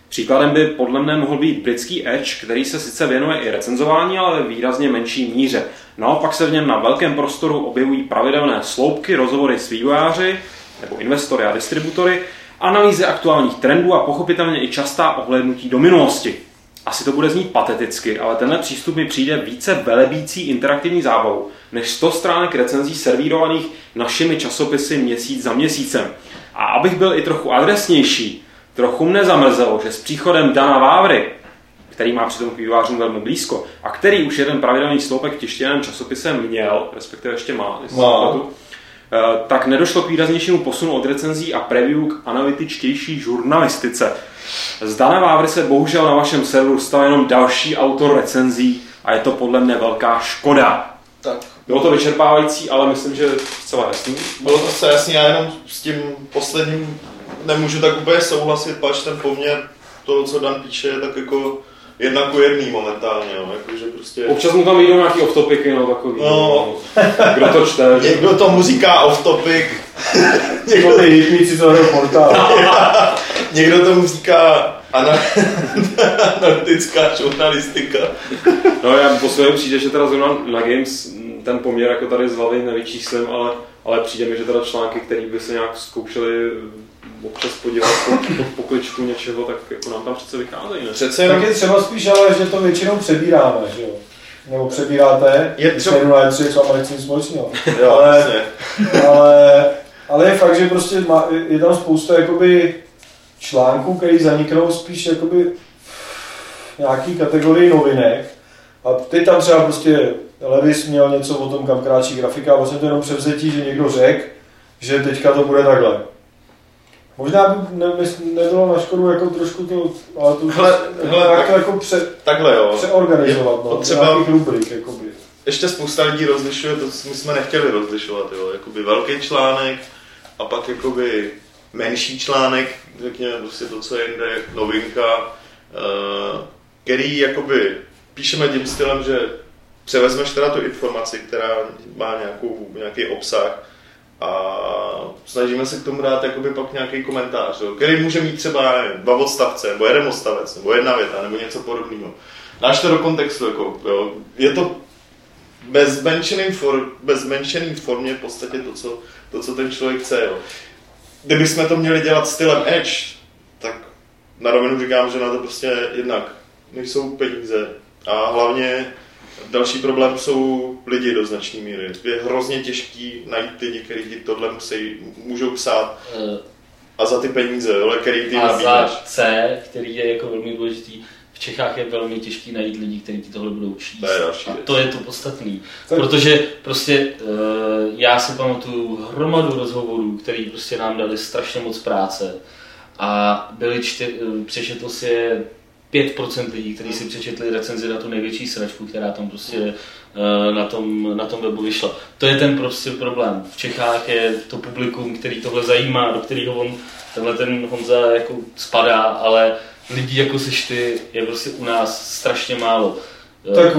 Příkladem by podle mne mohl být britský Edge, který se sice věnuje i recenzování, ale ve výrazně menší míře. Naopak se v něm na velkém prostoru objevují pravidelné sloupky, rozhovory s vývojáři nebo investory a distributory, analýzy aktuálních trendů a pochopitelně i častá ohlédnutí do minulosti. Asi to bude znít pateticky, ale tenhle přístup mi přijde více velebící interaktivní zábavou, než 100 stránek recenzí servírovaných našimi časopisy měsíc za měsícem. A abych byl i trochu adresnější, trochu mne zamrzelo, že s příchodem Dana Vávry, který má přitom k vývojářům velmi blízko a který už jeden pravidelný sloupek v tištěném časopise měl, respektive ještě má, tak nedošlo k výraznějšímu posunu od recenzí a preview k analytičtější žurnalistice. Z Dana Vávry se bohužel na vašem serveru stal jenom další autor recenzí a je to podle mne velká škoda. Tak. Bylo to vyčerpávající, ale myslím, že zcela jasný. Bylo to zcela jasný, já jenom s tím posledním nemůžu tak úplně souhlasit, pač ten poměr toho, co Dan píše, je tak jako 1:1 momentálně, jo, jakože prostě... Občas mu tam jdou nějaký off-topicy, no takový, kdo to čte. Někdo tomu říká off-topic. Někdo ty hitmíci z portálu. Někdo tomu říká analytická žurnalistika. No já po svém přijde, že teda zrovna na Games ten poměr jako tady z hlavy nevyčíslím, ale přijde mi, že teda články, které by se nějak zkoušeli občas podívat po kličku něčeho, tak jako nám tam přece vycházejí, ne? Přece tak je třeba spíš, ale že to většinou přebíráme, že jo? Nebo přebíráte, je třeba... na E3, co má nic společného. ale je fakt, že prostě je tam spousta jakoby článků, které zaniknou spíš jakoby v nějaký kategorii novinek. A teď tam třeba prostě Levis měl něco o tom, kam kráčí grafika a vlastně to jenom převzetí, že někdo řekl, že teďka to bude takhle. Možná by nebylo na škodu jako trošku to, ale to tak, to jako přeorganizovat, no, nějakých rubrik, jakoby. Ještě spousta lidí rozlišuje to, co my jsme nechtěli rozlišovat, jo, jakoby velký článek a pak jakoby menší článek, řekněme prostě to, co je jinde, novinka, který jakoby píšeme tím stylem, že převezmeš teda tu informaci, která má nějaký obsah, a snažíme se k tomu dát jakoby pak nějaký komentář, jo, který může mít třeba, nevím, 2 odstavce, nebo 1 odstavec, nebo 1 věta, nebo něco podobného. Dáš to do kontextu, jako, jo. Je to bez zmenšený formě v podstatě to, co ten člověk chce. Jo. Kdybychom to měli dělat stylem Edge, tak na rovinu říkám, že na to prostě jednak nejsou peníze a hlavně další problém jsou lidi do značné míry. Je hrozně těžký najít lidi, kteří ti tohle můžou psát a za ty peníze, který ty nabídneš. A za C, který je jako velmi důležitý, v Čechách je velmi těžký najít lidi, kteří ti tohle budou číst. To je to podstatný. Protože prostě já si pamatuju hromadu rozhovorů, který prostě nám dali strašně moc práce a přečetl si je 5% lidí, kteří si přečetli recenzi na tu největší sračku, která tam prostě na tom webu vyšla. To je ten prostě problém. V Čechách je to publikum, který tohle zajímá, do kterého ten Honza jako spadá, ale lidí jako seš ty je prostě u nás strašně málo. Tak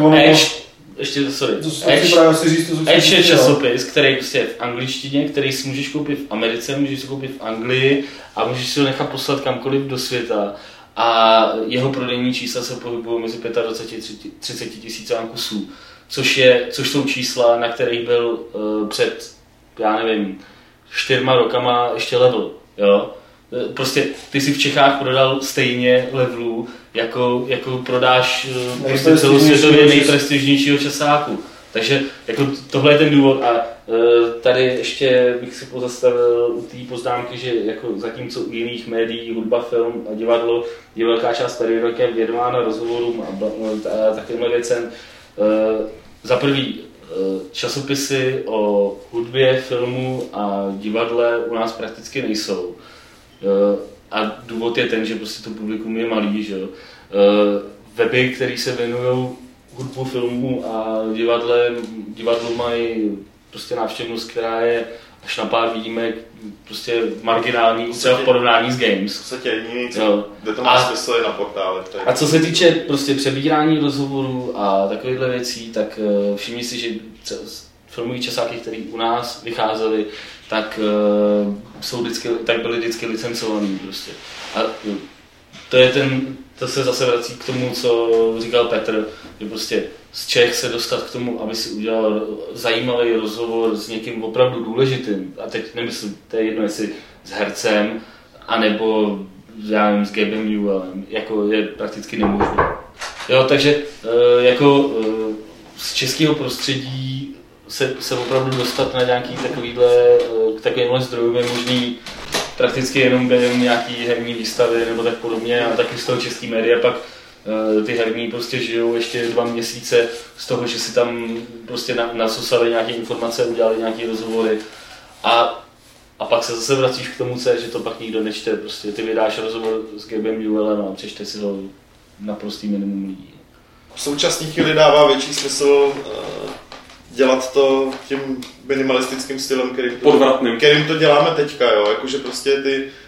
Edge je časopis, který prostě je v angličtině, který si můžeš koupit v Americe, můžeš si koupit v Anglii a můžeš si ho nechat poslat kamkoliv do světa. A jeho prodejní čísla se pohybují mezi 25 a 30 tisícován kusů, což jsou čísla, na kterých byl před, já nevím, 4 rokama ještě level, jo. Prostě ty si v Čechách prodal stejně levelů, jako prodáš prostě celosvětově nejprestižnějšího časáku. Takže jako tohle je ten důvod a tady ještě bych se pozastavil u té poznámky, že jako zatímco u jiných médií, hudba, film a divadlo je velká část periodiky věnována rozhovorům a takovýmhle věcem. Za prvý časopisy o hudbě, filmu a divadle u nás prakticky nejsou. A důvod je ten, že prostě to publikum je malý, že jo. Weby, které se věnují hudbu, filmu a divadlo mají prostě návštěvnost, která je až na pár výjimek prostě marginální, třeba v porovnání s Games. V podstatě jediný, kde to má smysl je na portálech. A co se týče prostě přebírání rozhovorů a takovýchhle věcí, tak všimni si, že filmové časáky, které u nás vycházely, tak byly vždycky licencovaný prostě. A to se zase vrací k tomu, co říkal Petr, že prostě z Čech se dostat k tomu, aby si udělal zajímavý rozhovor s někým opravdu důležitým, a teď nemyslím, to je jedno, jestli s hercem, anebo já nevím, s Gabem Newellem, jako je prakticky nemožné. Jo, takže jako z českého prostředí se opravdu dostat na nějaký k takovýmhle zdrojům je možný prakticky jenom během nějaký herní výstavy nebo tak podobně, a taky z toho český média pak ty herní prostě žijou ještě 2 měsíce z toho, že si tam prostě nasosali nějaké informace, udělali nějaké rozhovory a pak se zase vracíš k tomu, že to pak nikdo nečte, prostě ty vydáš rozhovor s Gabem Newellem a přečte si ho naprostý minimum lidí. V současné chvíli dává větší smysl dělat to tím minimalistickým stylem, kterým to děláme teďka, jo, jakože prostě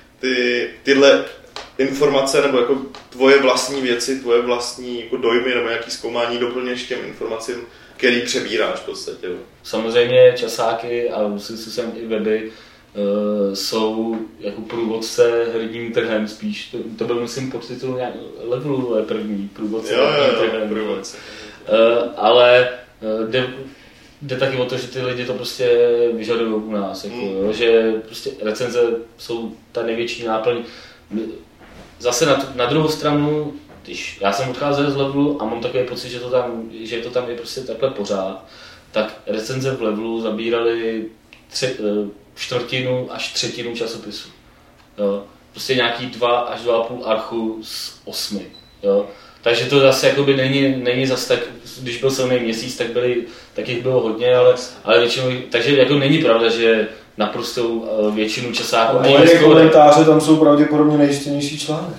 tyhle informace nebo jako tvoje vlastní věci, tvoje vlastní jako dojmy nebo nějaký zkoumání doplněš těm informacím, který přebíráš v podstatě. Jo. Samozřejmě časáky a jsem i weby jsou jako průvodce herním trhem spíš. To byl myslím podtitul Levelu první průvodce herním trhem. Ale jde taky o to, že ty lidi to prostě vyžadují u nás, jako, že prostě recenze jsou ta největší náplň. Zase na druhou stranu, když já jsem odcházel z Levelu a mám takový pocit, že to tam je prostě takhle pořád, tak recenze v Levelu zabíraly 1/4 až 1/3 časopisu. Jo. Prostě nějaký 2 až 2,5 archu z 8. Jo. Takže to zase jakoby není zase tak, když byl silný měsíc, tak jich bylo hodně, ale většinou, takže jako není pravda, že naprostou většinu časáků. A moje komentáře tam jsou pravděpodobně nejčtenější článek.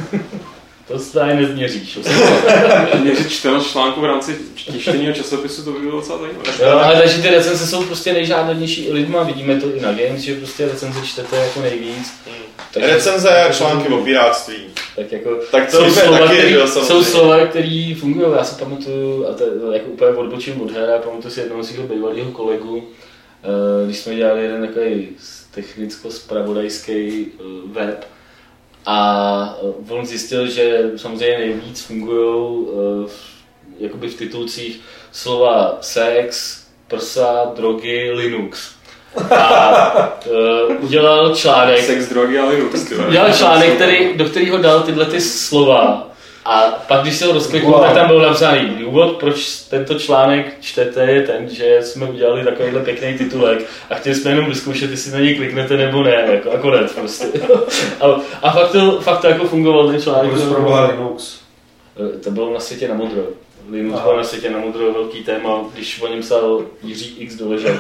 To se tady nezměříš. Měřit čtenost článku v rámci tištěného časopisu, to by bylo docela zajímavé. Jo, ale takže ty recenze jsou prostě nejžádanější i lidma, vidíme to i na Games, že prostě recenze čtete jako nejvíc. Takže recenze a články o piráctví. Tak to jsou slova, které fungují. Já si pamatuju, a to jako úplně odbočím od her, pamatuju si jednoho svého bývalého kolegu, když jsme dělali jeden takový technicko-spravodajský web, a on zjistil, že samozřejmě nejvíc fungují jakoby v titulcích slova sex, prsa, drogy, Linux. A udělal článek. Sex, drogy a Linux. Udělal článek, do kterého dal tyhle ty slova. A pak, když se ho rozkliknul, tak tam byl napsaný důvod, proč tento článek čtete, je ten, že jsme udělali takovýhle pěkný titulek a chtěli jsme jenom vyzkoušet, jestli na něj kliknete nebo ne, jako, a konec prostě. A fakt to jako fungoval ten článek. Proč proboha Linux? To bylo na světě na modro. Linux byl na světě na modro velký téma, když o něm psal Jiří X Doležel.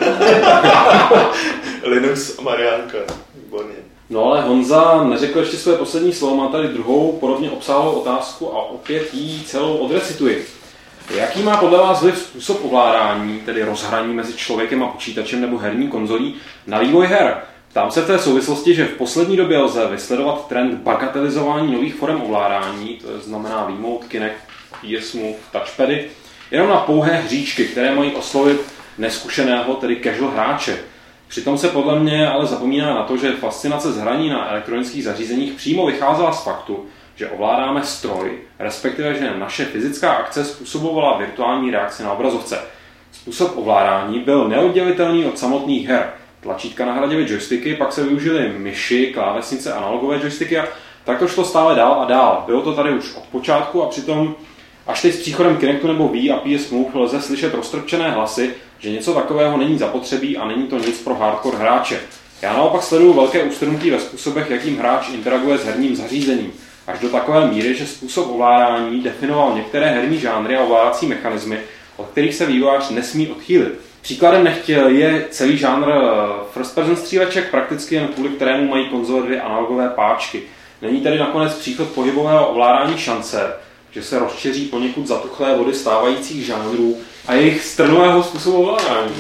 Linux a Mariánka, výborně. No ale Honza neřekl ještě své poslední slovo, má tady druhou podobně obsáhlou otázku a opět jí celou odrecituji. Jaký má podle vás vliv způsob ovládání, tedy rozhraní mezi člověkem a počítačem nebo herní konzolí na vývoj her? Ptám se v té souvislosti, že v poslední době lze vysledovat trend bagatelizování nových forem ovládání, to znamená výjmout Kinect, PS Move, touchpady, jenom na pouhé hříčky, které mají oslovit neskušeného, tedy casual hráče. Přitom se podle mě ale zapomíná na to, že fascinace z hraní na elektronických zařízeních přímo vycházela z faktu, že ovládáme stroj, respektive že naše fyzická akce způsobovala virtuální reakci na obrazovce. Způsob ovládání byl neoddělitelný od samotných her. Tlačítka nahradily joysticky, pak se využily myši, klávesnice, analogové joysticky a tak to šlo stále dál a dál. Bylo to tady už od počátku a přitom až teď s příchodem Kinectu nebo Wii a PS Move lze slyšet roztrpčené hlasy, že něco takového není zapotřebí a není to nic pro hardcore hráče. Já naopak sleduju velké ústrnutí ve způsobech, jakým hráč interaguje s herním zařízením. Až do takové míry, že způsob ovládání definoval některé herní žánry a ovládací mechanismy, od kterých se vývojář nesmí odchýlit. Příkladem nechtěl je celý žánr first person stříleček, prakticky jen kvůli kterému mají konzole 2 analogové páčky. Není tedy nakonec příchod pohybového ovládání šance, že se rozšíří poněkud zatuchlé vody stávajících žánrů a jejich strnového způsobu ovládání.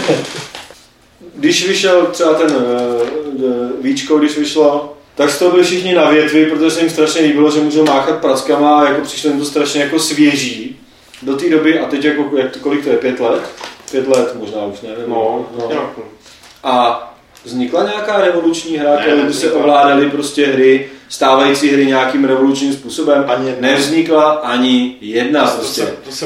Když vyšel třeba ten Víčko, když vyšlo, tak z toho byli všichni na větvi, protože se jim strašně líbilo, že můžou máchat prackama a jako přišlo jim to strašně jako svěží do té doby a teď jako, kolik to je, 5 let? 5 let možná už, nevím. No. A vznikla nějaká revoluční hra, kde by se ovládaly prostě hry stávající hry nějakým revolučním způsobem. Nevznikla ani jedna. Prostě.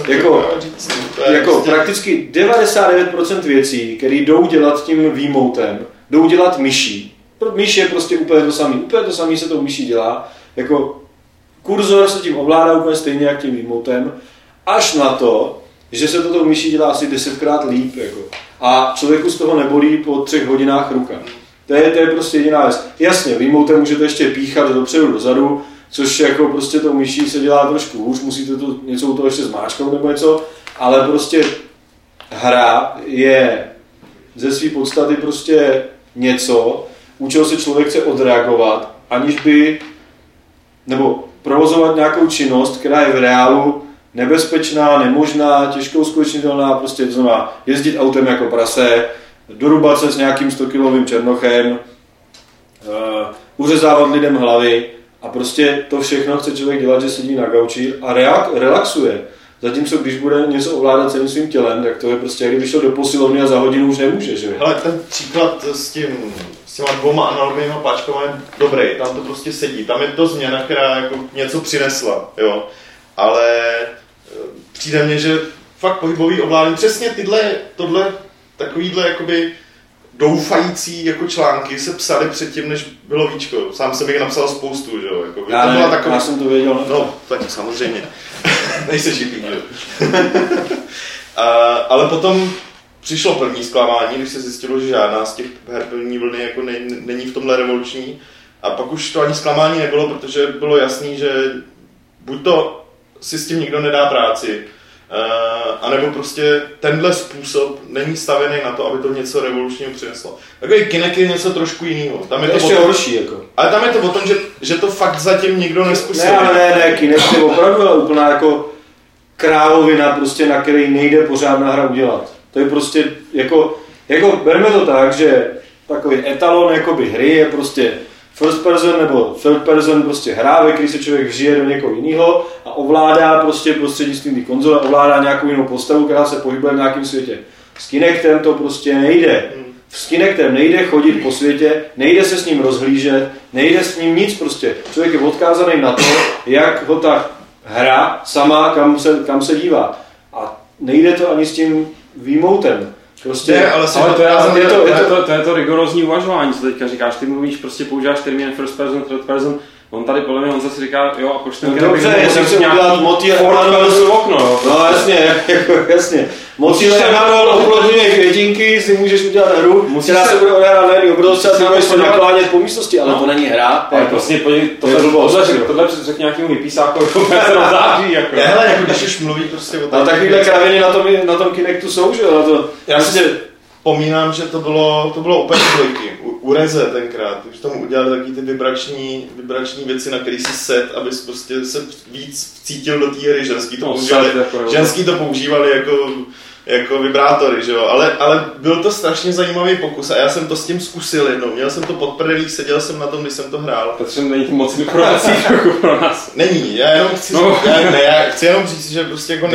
Jako prakticky 99% věcí, které jdou dělat tím výmoutem, jdou dělat myší. Myš je prostě úplně to samé se tou myší dělá. Jako kurzor se tím ovládá úplně stejně jak tím výmoutem, až na to, že se to tou myší dělá asi 10krát líp. Jako. A člověku z toho nebolí po 3 hodinách ruka. To je prostě jediná věc. Jasně, výmoutem můžete ještě píchat dopředu, dozadu, což jako prostě tou myší se dělá trošku hůř, musíte to něco u toho ještě zmáčknout nebo něco, ale prostě hra je ze své podstaty prostě něco, u čeho se člověk chce odreagovat, aniž by, nebo provozovat nějakou činnost, která je v reálu nebezpečná, nemožná, těžko uskutečnitelná, prostě to znamená jezdit autem jako prase, dorubat se s nějakým 100kilovým černochem, uřezávat lidem hlavy a prostě to všechno chce člověk dělat, že sedí na gauči a relaxuje. Zatímco když bude něco ovládat celým svým tělem, tak to je prostě, kdyby šel do posilovny a za hodinu už nemůže, že? Hele, ten příklad s těma 2 analogovými páčkama je dobrý, tam to prostě sedí, tam je to změna, která jako něco přinesla, jo, ale přijde mně, že fakt pohybový ovládání, přesně takovýhle jakoby doufající jako články se psaly předtím, než bylo víčko. Sám jsem jich napsal spoustu, že jo. Jako, já jsem to věděl. No, tak samozřejmě. Nejseš jipý, že jo. Ale potom přišlo první zklamání, když se zjistilo, že žádná z těch her první vlny jako není v tomhle revoluční. A pak už to ani zklamání nebylo, protože bylo jasný, že buď to si s tím nikdo nedá práci, anebo prostě tenhle způsob není stavěný na to, aby to něco revolučního přineslo. Takový Kinect je něco trošku jiného. Tam je to ještě horší, jako. Ale tam je to o tom, že to fakt zatím nikdo neskusil. Ne, Kinect je opravdu úplná jako krávovina, prostě, na který nejde pořádná hra udělat. To je prostě, jako berme to tak, že takový etalon jakoby hry je prostě first person nebo third person prostě hra, ve který se člověk vžije do někoho jiného a ovládá prostě prostřednictvím té konzole, ovládá nějakou jinou postavu, která se pohybuje v nějakém světě. S Kinectem to prostě nejde. S Kinectem nejde chodit po světě, nejde se s ním rozhlížet, nejde s ním nic prostě. Člověk je odkázaný na to, jak ho ta hra sama, kam se dívá. A nejde to ani s tím výmoutem. Prostě, ne, ale to je to rigorózní uvažování, co teďka říkáš, ty mluvíš, prostě používáš termín first person, third person, on tady podle mě on zase říká, jo, a proč ten dobře, jestli chci udělat motýl okno, no jasně, motýl oplodňuje květinky, si můžeš udělat hru, která se bude odehrát na jedný obrovce a ty můžeš se naklánět po místnosti, ale to není hra. Ale prostě tohle řekl nějakému vypísáku, jako se rozzáří, jako. Hele, jako když už mluví prostě o tom. A takovýhle kraviny na tom Kinectu jsou, že jo, já si vzpomínám, že to bylo úplně dvojky. U Reze tenkrát, už tomu udělali taky ty vibrační věci, na který si set, abys prostě se víc vcítil do té hry. Ženský to používali jako vibrátory, že jo, ale byl to strašně zajímavý pokus a já jsem to s tím zkusil jednou. Měl jsem to pod prdelí, seděl jsem na tom, když jsem to hrál. Protože není moc informací pro nás. Není, já jenom chci jenom říct, že prostě jako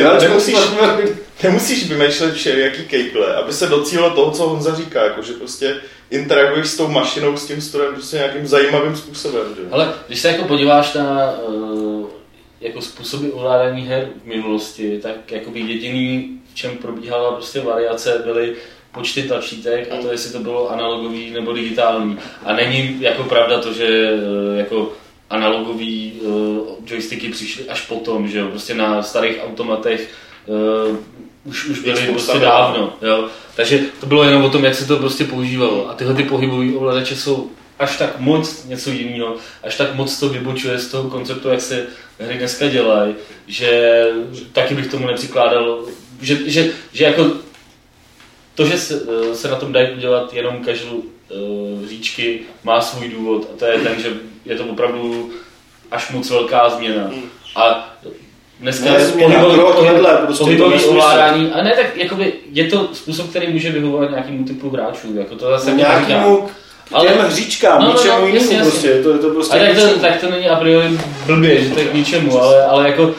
nemusíš vymýšlet všelijaký kejkle, aby se docílilo toho, co Honza říká, jako že prostě interaguješ s tou mašinou, s tím strojem prostě nějakým zajímavým způsobem. Že? Ale když se jako podíváš na jako způsoby ovládání her v minulosti, tak jakoby jediný, v čem probíhala prostě variace, byly počty tlačítek a to, jestli to bylo analogový nebo digitální. A není jako pravda to, že jako analogový joysticky přišly až potom, že jo, prostě na starých automatech už byly prostě dávno, jo. Takže to bylo jenom o tom, jak se to prostě používalo. A tyhle ty pohybové ovladače jsou až tak moc něco jiného, až tak moc to vybočuje z toho konceptu, jak se hry dneska dělají, že taky bych tomu nepřikládal, že jako to, že se na tom dají udělat jenom každou říčky, má svůj důvod a to je ten, že je to opravdu až moc velká změna. A dneska pohybový ovládání, a ne tak jakoby je to způsob, který může vyhovovat nějakému typu hráčů, jako to zase nějakému těm hříčkám, ničemu jinému prostě, je to prostě tak to není a priori blbě, že to je k ničemu, ale jako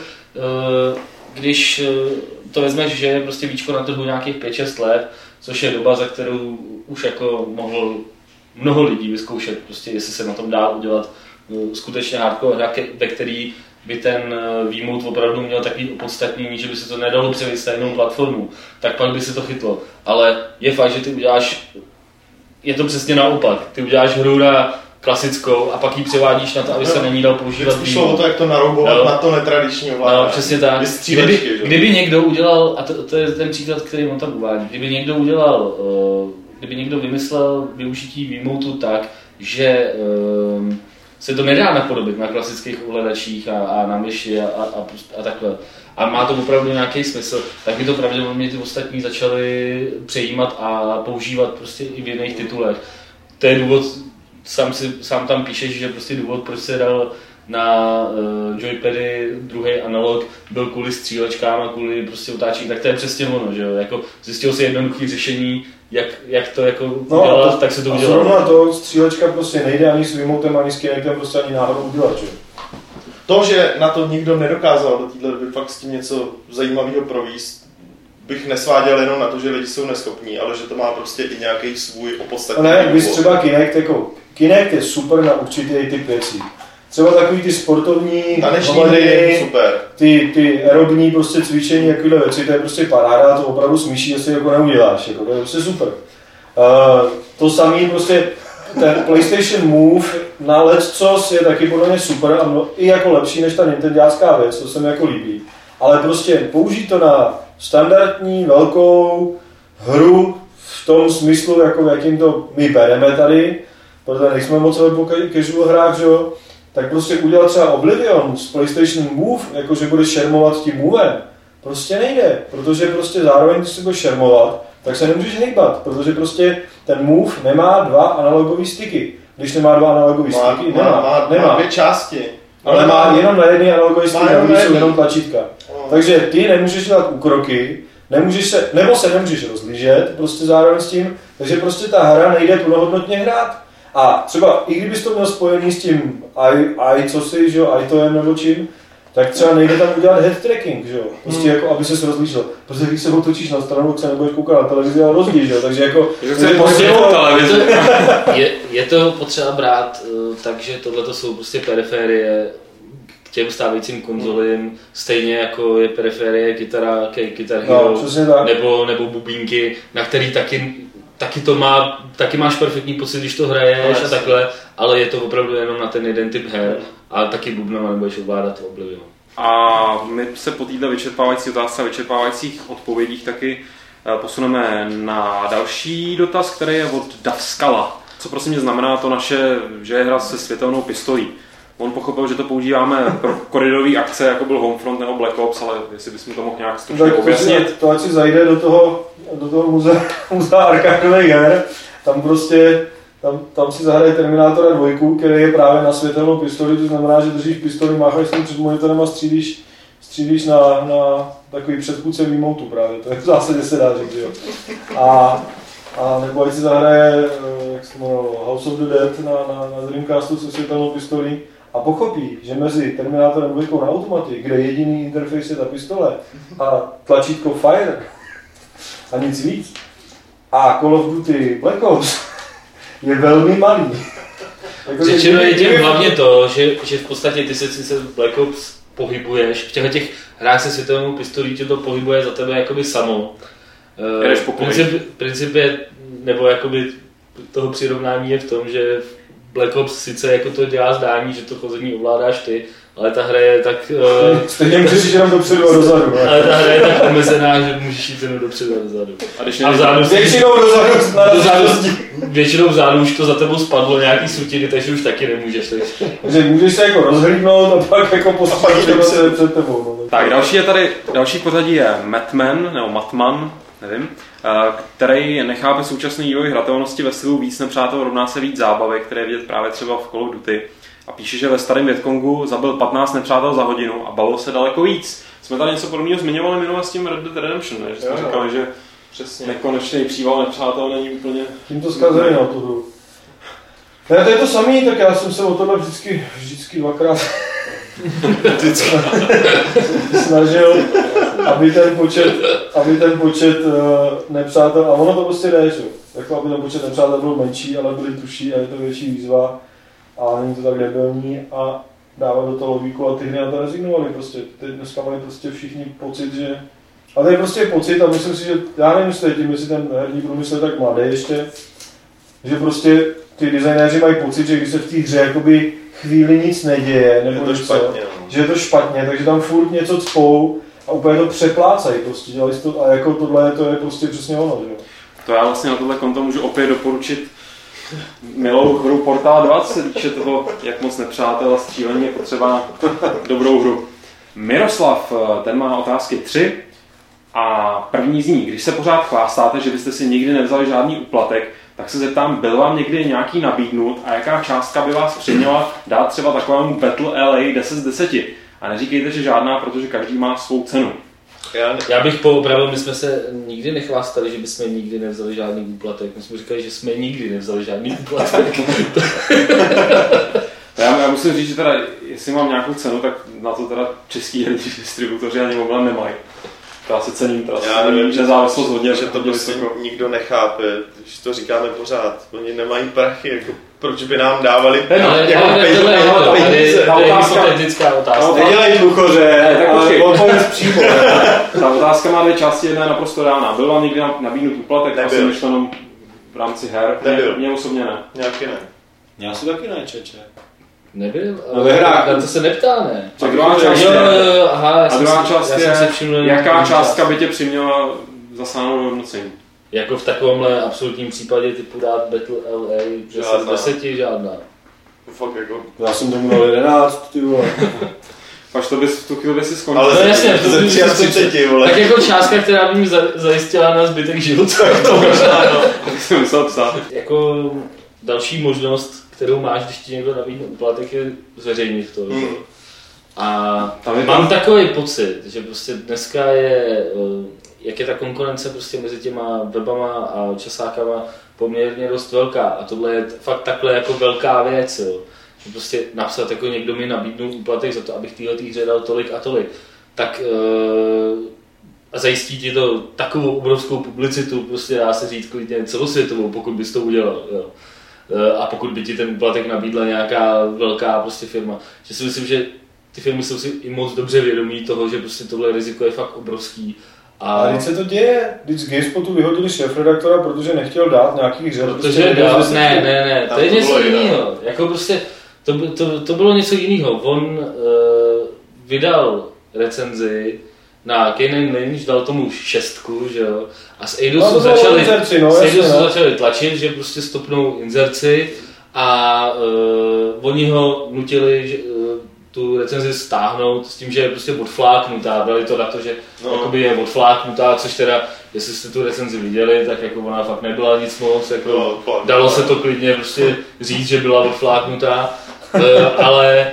když to vezmeš, že je prostě víčko na trhu nějakých 5-6 let, což je doba, za kterou už jako mohl mnoho lidí vyzkoušet, prostě jestli se na tom dá udělat skutečně hardcore hra, ve který by ten výmout opravdu měl takový opodstatnění, že by se to nedalo převést na jinou platformu, tak pak by se to chytlo. Ale je fakt, že ty uděláš, je to přesně naopak, ty uděláš hru na klasickou a pak ji převádíš na to, aby se na ní dal používat výmout. Šlo o to, jak to naroubovat na to netradiční ovládání. No, přesně tak. Kdyby někdo udělal, a to je ten příklad, který on tam uvádí, kdyby někdo vymyslel využití výmoutu tak, že se to nedá napodobit na klasických ovladačích a na myši a takhle. A má to opravdu nějaký smysl, tak by to pravděpodobně ty ostatní začali přejímat a používat prostě i v jiných titulech. To je důvod, sám tam píšeš, že prostě důvod, proč se dal na joypady druhý analog, byl kvůli střílečkám a kvůli prostě otáčení, tak to je přesně ono, že jo, jako zjistil si jednoduché řešení, jak to jako udělat, tak se to udělalo. Zrovna to střílečka prostě nejde ani s výmoutem, ani s Kinectem prostě ani náhodou udělat, že? To, že na to nikdo nedokázal do téhle doby fakt s tím něco zajímavého províst, bych nesváděl jenom na to, že lidi jsou neschopní, ale že to má prostě i nějaký svůj opodstatněný důvod. Ne, víš třeba Kinect, jako Kinect je super na určitý typ věcí. Třeba takový ty sportovní hry, super. Ty aerobní prostě cvičení, jakýhle věci, to je prostě paráda, to opravdu smíší, jestli jako neuděláš, jako, to je prostě super. To samý prostě ten PlayStation Move na leccos je taky podle mě super a i jako lepší než ta nintendácká věc, to se mi jako líbí. Ale prostě použít to na standardní velkou hru v tom smyslu, jako jakým to my bereme tady, protože nejsme moc po casual hrách, že jo, tak prostě udělat třeba Oblivion z PlayStation Move, jakože budeš šermovat tím movem, prostě nejde, protože prostě zároveň, když si budeš šermovat, tak se nemůžeš hejbat, protože prostě ten Move nemá 2 analogové styky. Když nemá 2 analogové styky, má 2 části. Ale má jenom na jedné analogové styky, a jsou jenom tlačítka. Takže ty nemůžeš dělat úkroky, nebo se nemůžeš rozlížet prostě zároveň s tím, takže prostě ta hra nejde plnohodnotně hrát. A třeba i kdybys to měl spojený s tím iToem nebo čím, tak třeba nejde tam udělat head tracking, že jo? Prostě jako, aby ses rozlížel. Protože když se otočíš na stranu, tak se nebudeš koukat na televizi, ale rozdíš, že jo? Takže jako... Je to potřeba brát, takže tohle jsou prostě periférie k těm stávajícím konzolím, stejně jako je periférie Guitar Hero, nebo bubínky, na který taky máš perfektní pocit, když to hraješ a takhle, ale je to opravdu jenom na ten jeden typ her a taky bubnama nebudeš ovládat Oblivion. A my se po této vyčerpávající otázce a vyčerpávajících odpovědích taky posuneme na další dotaz, který je od Davskala. Co prosím mě znamená to naše, že je hra se světelnou pistolí? On pochopil, že to používáme pro koridorové akce, jako byl Homefront nebo Black Ops, ale jestli bys mi to mohl nějak stručně objasnit. To ať si zajde do toho muzea arkádových her, tam prostě, tam si zahraje Terminátora 2, který je právě na světelnou pistoli, to znamená, že držíš pistoli, mácháš s tím před monitorem a střílíš na takový předchůdce výmoutu právě, to je v zásadě se dá říct, jo. A nebo ať si zahraje, jak se jmenovalo, House of the Dead na Dreamcastu se světelnou pistolí a pochopí, že mezi Terminátorem 2 na automaty, kde jediný interface je ta pistole a tlačítko Fire a nic víc, a Call of Duty Black Ops je velmi malý. Řečeno je tím hlavně to, že v podstatě ty se sice v Black Ops pohybuješ, v těch hrách se světelnou pistolí tě to pohybuje za tebe jakoby samo. Princip je, nebo jakoby toho přirovnání je v tom, že Black Ops sice jako to dělá zdání, že to chození ovládáš ty, ale ta hra je tak... Stejně můžeš jít jenom dopředu a dozadu. Ale ta hra je tak omezená, že můžeš jít jenom dopředu a dozadu. A vzadu většinou vzadu už to za tebou spadlo nějaký sutiny, takže už taky nemůžeš. Takže můžeš se jako rozhlídnout a pak jako postavit se před tebou. No. Tak další pořadí je Matman, nevím, který nechápe současný vývoj hratelnosti ve stylu víc nepřátel rovná se víc zábavy, které je vidět právě třeba v Call of Duty. A píše, že ve starém Vietcongu zabil 15 nepřátel za hodinu a bavil se daleko víc. Jsme tady něco podobného zmiňovali minule s tím Red Dead Redemption, ne? Že jsme říkali, že přesně nekonečný příval nepřátel není úplně... Tím to zkazili na tu hru. Ne, to je to samý, tak já jsem se o tohle vždycky dvakrát snažil, aby ten počet nepřátel, a ono to prostě jde, že? Jako aby ten počet nepřátel byl menší, ale byli tuší a je to větší výzva. a není to tak debilní a dávat do toho logiku a ty hry na to rezignovali prostě. Teď dneska mají prostě všichni pocit, že... A to je prostě pocit a myslím si, že já nevím, jestli ten herní průmysl je tak mladý ještě, že prostě ty designéři mají pocit, že když se v té hře jakoby chvíli nic neděje, nebo je to špatně, že je to špatně, takže tam furt něco cpou a úplně to přeplácají prostě, dělali to, a jako tohle to je prostě přesně ono, že jo. To já vlastně na tohle konto můžu opět doporučit milou hru Portal 2, co se týče toho, jak moc nepřátel a střílení je potřeba dobrou hru. Miroslav, ten má otázky 3 a první zní, když se pořád chvástáte, že byste si nikdy nevzali žádný úplatek, tak se zeptám, byl vám někdy nějaký nabídnut a jaká částka by vás přiměla dát třeba takovému Battle LA 10 z 10? A neříkejte, že žádná, protože každý má svou cenu. Já bych poopravil, my jsme se nikdy nechvástali, že bychom nikdy nevzali žádný úplatek. My jsme říkali, že jsme nikdy nevzali žádný úplatek. Já musím říct, že teda, jestli mám nějakou cenu, tak na to teda český herní distributoři ani mobilem nemají. To já se cením, já nevím, že závislost hodně, že to prostě nikdo nechápe, když to říkáme pořád. Oni nemají prachy, jako proč by nám dávali peníze? To je hypotetická otázka. Nedělají tluchoře, ale odpověď přímo. Ta otázka má 2 části, jedna je naprosto reálná. Byl vám někdy nabídnut úplatek? Asi myšleno v rámci her? Nebyl. Mě osobně ne. Nějaký ne. Já si taky ne, čeče. Nebyl, ale ve hrách. Na to se neptá, ne? A druhá část je, jaká částka by tě přiměla zasáhnout do hodnocení? Jako v takovémhle absolutním případě typu dát Battle LA 10 z 10, žádná. Fakt jako. Já jsem tomu dal 11, ty vole. Pač to bys v tu chvíli si skončil. Ale jasně, ze 33, vole. Tak jako částka, která by mi zajistila na zbytek života. Tak to možná, no. Tak jsem musel psát. Jako další možnost, kterou máš, když ti někdo nabídne úplatek, je zveřejnit to. A mám takový pocit, že prostě dneska je, jak je ta konkurence prostě mezi těma webama a časákama poměrně dost velká. A tohle je fakt takhle jako velká věc, jo. Prostě napsat, jako někdo mi nabídnul úplatek za to, abych téhletý hře dal tolik a tolik. Tak a zajistí ti to takovou obrovskou publicitu, prostě dá se říct klidně celosvětovou, pokud bys to udělal. Jo. A pokud by ti ten úplatek nabídla nějaká velká prostě firma. Že si myslím, že ty firmy jsou si i moc dobře vědomí toho, že prostě tohle riziko je fakt obrovský. A když se to děje, když z GameSpotu vyhodili šéfredaktora, protože nechtěl dát nějaký hře. Protože ne, to je něco jiného. Jako prostě, to bylo něco jiného. On vydal recenzi na Kane Lynch, dal tomu 6, že jo, a z Eidosu začali tlačit, že prostě stopnou inzerci a oni ho nutili, že, tu recenzi stáhnout s tím, že je prostě odfláknutá, brali to na to, že jakoby je odfláknutá, což teda, jestli jste tu recenzi viděli, tak jako ona fakt nebyla nic moc, jako dalo se to klidně prostě říct, že byla odfláknutá, ale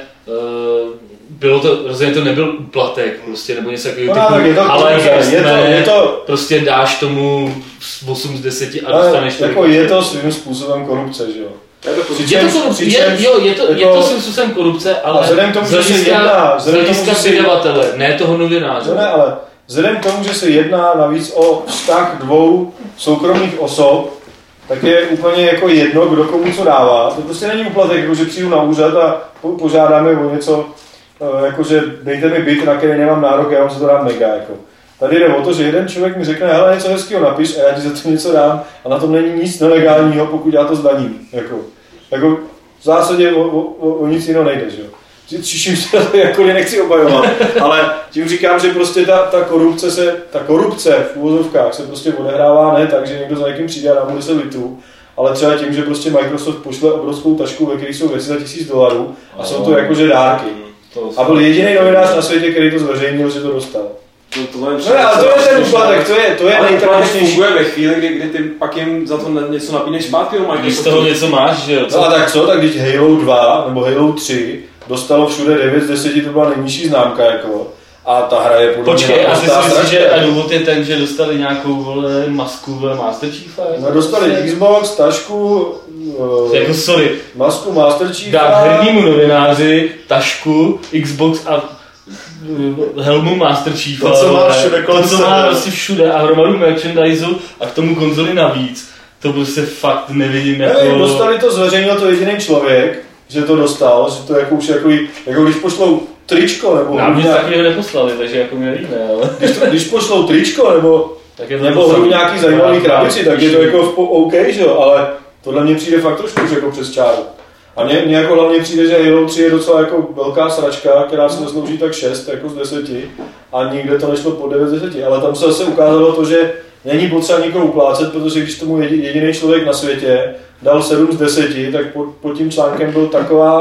bylo to, rozhodně to nebyl úplatek, prostě, nebo něco takového typu, ale je to prostě dáš tomu 8 z 10 a dostaneš to. Jako je to svým způsobem korupce, že jo? Je to svým způsobem korupce, ale z hlediska vydavatele, ne toho novináře. Ne, ale vzhledem k tomu, že se jedná navíc o vztah 2 soukromých osob, tak je úplně jako jedno, kdo komu co dává. To prostě není úplatek, jako že přijdu na úřad a požádáme o něco, jakože dejte mi byt, na který nemám nárok, já vám se to dám mega. Jako. Tady jde o to, že jeden člověk mi řekne, hele, něco hezkého napiš a já ti za to něco dám a na tom není nic nelegálního, pokud já to zdaním. Jako v zásadě o nic jiného nejde, že jo. Čím se to jakkoliv nechci obhajovat, ale tím říkám, že prostě ta korupce v uvozovkách se prostě odehrává ne tak, že někdo za někým přijde a dá mu 10 litrů, ale třeba tím, že prostě Microsoft pošle obrovskou tašku, ve které jsou věci za $1000 a jsou to jakože dárky. A byl jediný novinář na světě, který to zveřejnil, že to dostal. Ale to je ten úplatek, to je nejtradičnější. Funguje ve chvíli, kdy ty pak jim za to něco nabídneš zpátky, když z toho něco máš, že jo? No a tak co, tak když Halo 2 nebo Halo 3 dostalo všude 9 z 10, to byla nejnižší známka, jako. A ta hra je podle Počkej, a ty si myslíš, že a důvod je ten, že dostali nějakou vole masku v Master Chiefa? No dostali Xbox, tašku, jako sorry, masku Master Chiefa. Dát hernímu novináři, tašku, Xbox a helmu Master Chiefa. To, co má všude kolem sebe. To, co má prostě všude a hromadu merchandiseu a k tomu konzoli navíc. To prostě fakt nevidím jako... Nevím, dostali to, zveřejnil to jediný člověk, že to dostal, že to jako už jako když pošlou tričko nebo... Nám nic takového neposlali, takže jako mě líne, ale... Když pošlou tričko nebo hru nějaký zajímavý krabici, tak je to jako OK, že jo, ale tohle mně přijde fakt trošku už jako přes čáru. A mně jako hlavně přijde, že Halo 3 je docela jako velká sračka, která si zaslouží tak 6 jako z 10 a nikde to nešlo pod 9 z 10, ale tam se zase ukázalo to, že není potřeba nikoho uplácet, protože když tomu jediný člověk na světě dal 7 z 10, tak pod tím článkem byl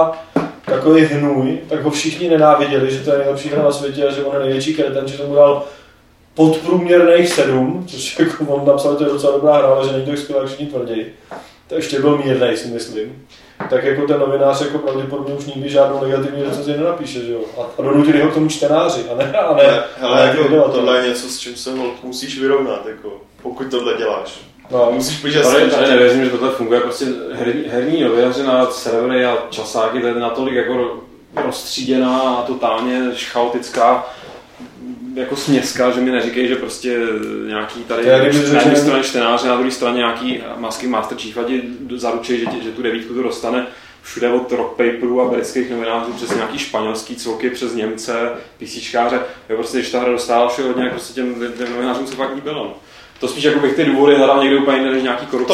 takový hnůj, tak ho všichni nenáviděli, že to je nejlepší hra na světě a že on je největší kreten, že tomu dal podprůměrných 7, což jako on napsal, že to je docela dobrá hra, ale že není tak skvělá, jak všichni tvrdí. To ještě byl mírnej, si myslím. Tak jako ten novinář jako pravděpodobně už nikdy žádnou negativní recenzi nenapíše, že jo? A donutili ho k tomu čtenáři, a ne. Hele, jako, tohle je něco, s čím se musíš vyrovnat, jako, pokud tohle děláš. No, musíš být tady nevěřím, že tohle funguje, prostě herní novináři na servery a časáky, to je natolik jako roztříděná a totálně chaotická jako směska, že mi neříkej, že prostě nějaký tady na jedné straně čtenáři, na druhé straně nějaký Master Chief ti zaručí, že tu 9 to dostane všude od rock paperů a britských novinářů přes nějaký španělský celky, přes Němce, písíčkáře. Prostě když ta hra dostala všeho hodně, prostě těm novinářům se fakt líbilo. No. To spíš jako bych ty důvody hledal někde úplně jiné než nějaký korupce.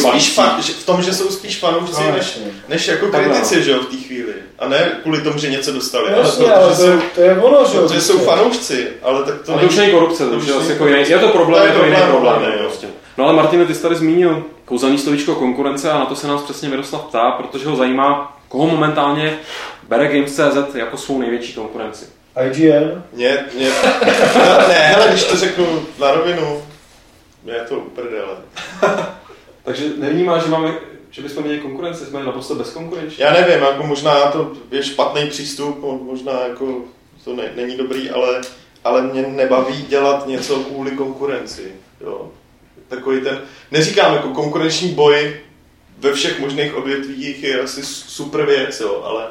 V tom, že jsou spíš fanoušci než jako kritici, že jo, v té chvíli. A ne kvůli tomu, že něco dostali. Jasně, ale to je ono, že jo. Protože jsou fanoušci, ale tak to není... to už není korupce, to už je jako jiný. Je to problém, je to jiný problém. Prostě. No ale Martine, ty jsi tady zmínil kouzelný slovíčko konkurence a na to se nás přesně Miroslav ptá, protože ho zajímá, koho momentálně bere Games.cz jako svou největší konkurenci. IGN? Ne, hele, když to řeknu na rovinu, je to uprdele. Takže nevnímáš, že bychom měli konkurenci, jsme naprosto bezkonkurenční? Já nevím, jako možná to je špatný přístup, možná jako to není dobrý, ale mě nebaví dělat něco kvůli konkurenci. Jo. Takový ten, neříkám jako konkurenční boj ve všech možných odvětvích je asi super věc, jo,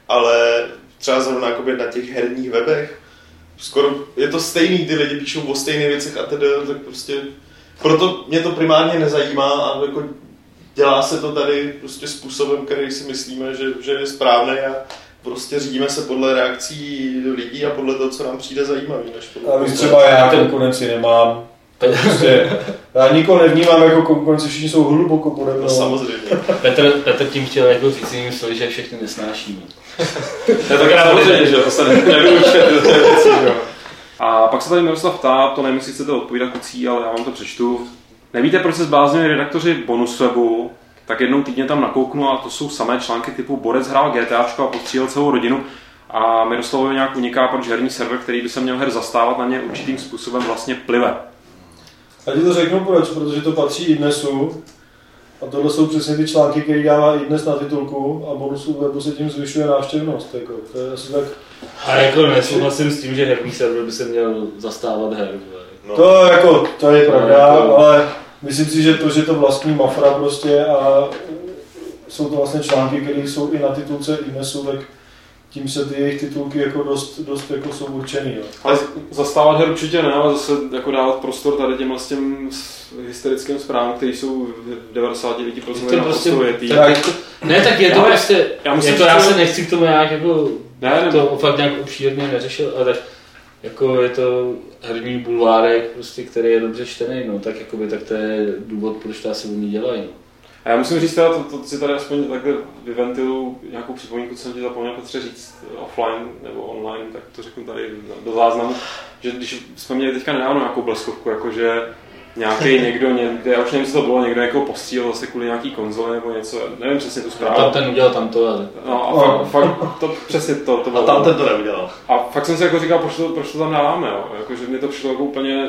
ale třeba zrovna na těch herních webech, skoro je to stejný, ty lidi píšou o stejných věcech a tedy, tak prostě proto mě to primárně nezajímá a jako dělá se to tady prostě způsobem, který si myslíme, že je správný a prostě řídíme se podle reakcí lidí a podle toho, co nám přijde zajímavý. A víš, třeba já konkurenci nemám. Prostě, já nikoho nevnímám jako konkurenci, všichni jsou hluboko pode mnou. No, samozřejmě. Petr tím chtěl jako říct jiným slovy, že všechny nesnášíme. To je tak samozřejmě, že to se nevylučuje ty věci, jo. A pak se tady Miroslav ptá, to nevím, jestli chcete odpovídat kucí, ale já vám to přečtu. Nevíte, proč se zbláznili redaktoři Bonuswebu? Tak jednou týdně tam nakouknu a to jsou samé články typu Borec hrál GTAčko a postřílel celou rodinu. A Miroslavovi nějak uniká, proč herní server, který by se měl her zastávat, na ně určitým způsobem vlastně plive. Já ti to řeknu proč, protože to patří i dnesu. A tohle jsou přesně ty články, které dává i dnes na titulku a Bonuswebu se tím zvyšuje návštěvnost. Jako. To je asi tak... A jako nesouhlasím s tím, že herní server by se měl zastávat her. No. To je pravda, ale myslím si, že to vlastní Mafra prostě a jsou to vlastně články, které jsou i na titulce i dnesu, tak tím se ty jejich titulky jako dost jako jsou určený. Jo. Ale zastávat her určitě ne, ale zase jako dávat prostor tady těm hysterickým zprávám, které jsou v 99% naprostovětý. Ne, tak je to prostě, já se nechci k tomu nějak jako, to fakt nějak obšírně neřešil, ale tak jako je to herní bulvárek, prostě, který je dobře čtený, no, tak to je důvod, proč to asi oni dělají. No. A já musím říct, to si tady aspoň takhle vyventiluji nějakou připomínku, co jsem ti zapomněl Petře říct offline nebo online, tak to řeknu tady do záznamu, že když jsme měli teďka nedávno nějakou bleskovku, jakože nějaký někdo někde, já už nevím, co to bylo, někdo jako postřílel zase kvůli nějaký konzole nebo něco, nevím přesně tu zprávu. Tam ten udělal tamto, ale... No a fakt to přesně to bylo. A tam ten to neudělal. A fakt jsem si jako říkal, proč to tam dáváme, jo? Jako, že mě to přišlo jako úplně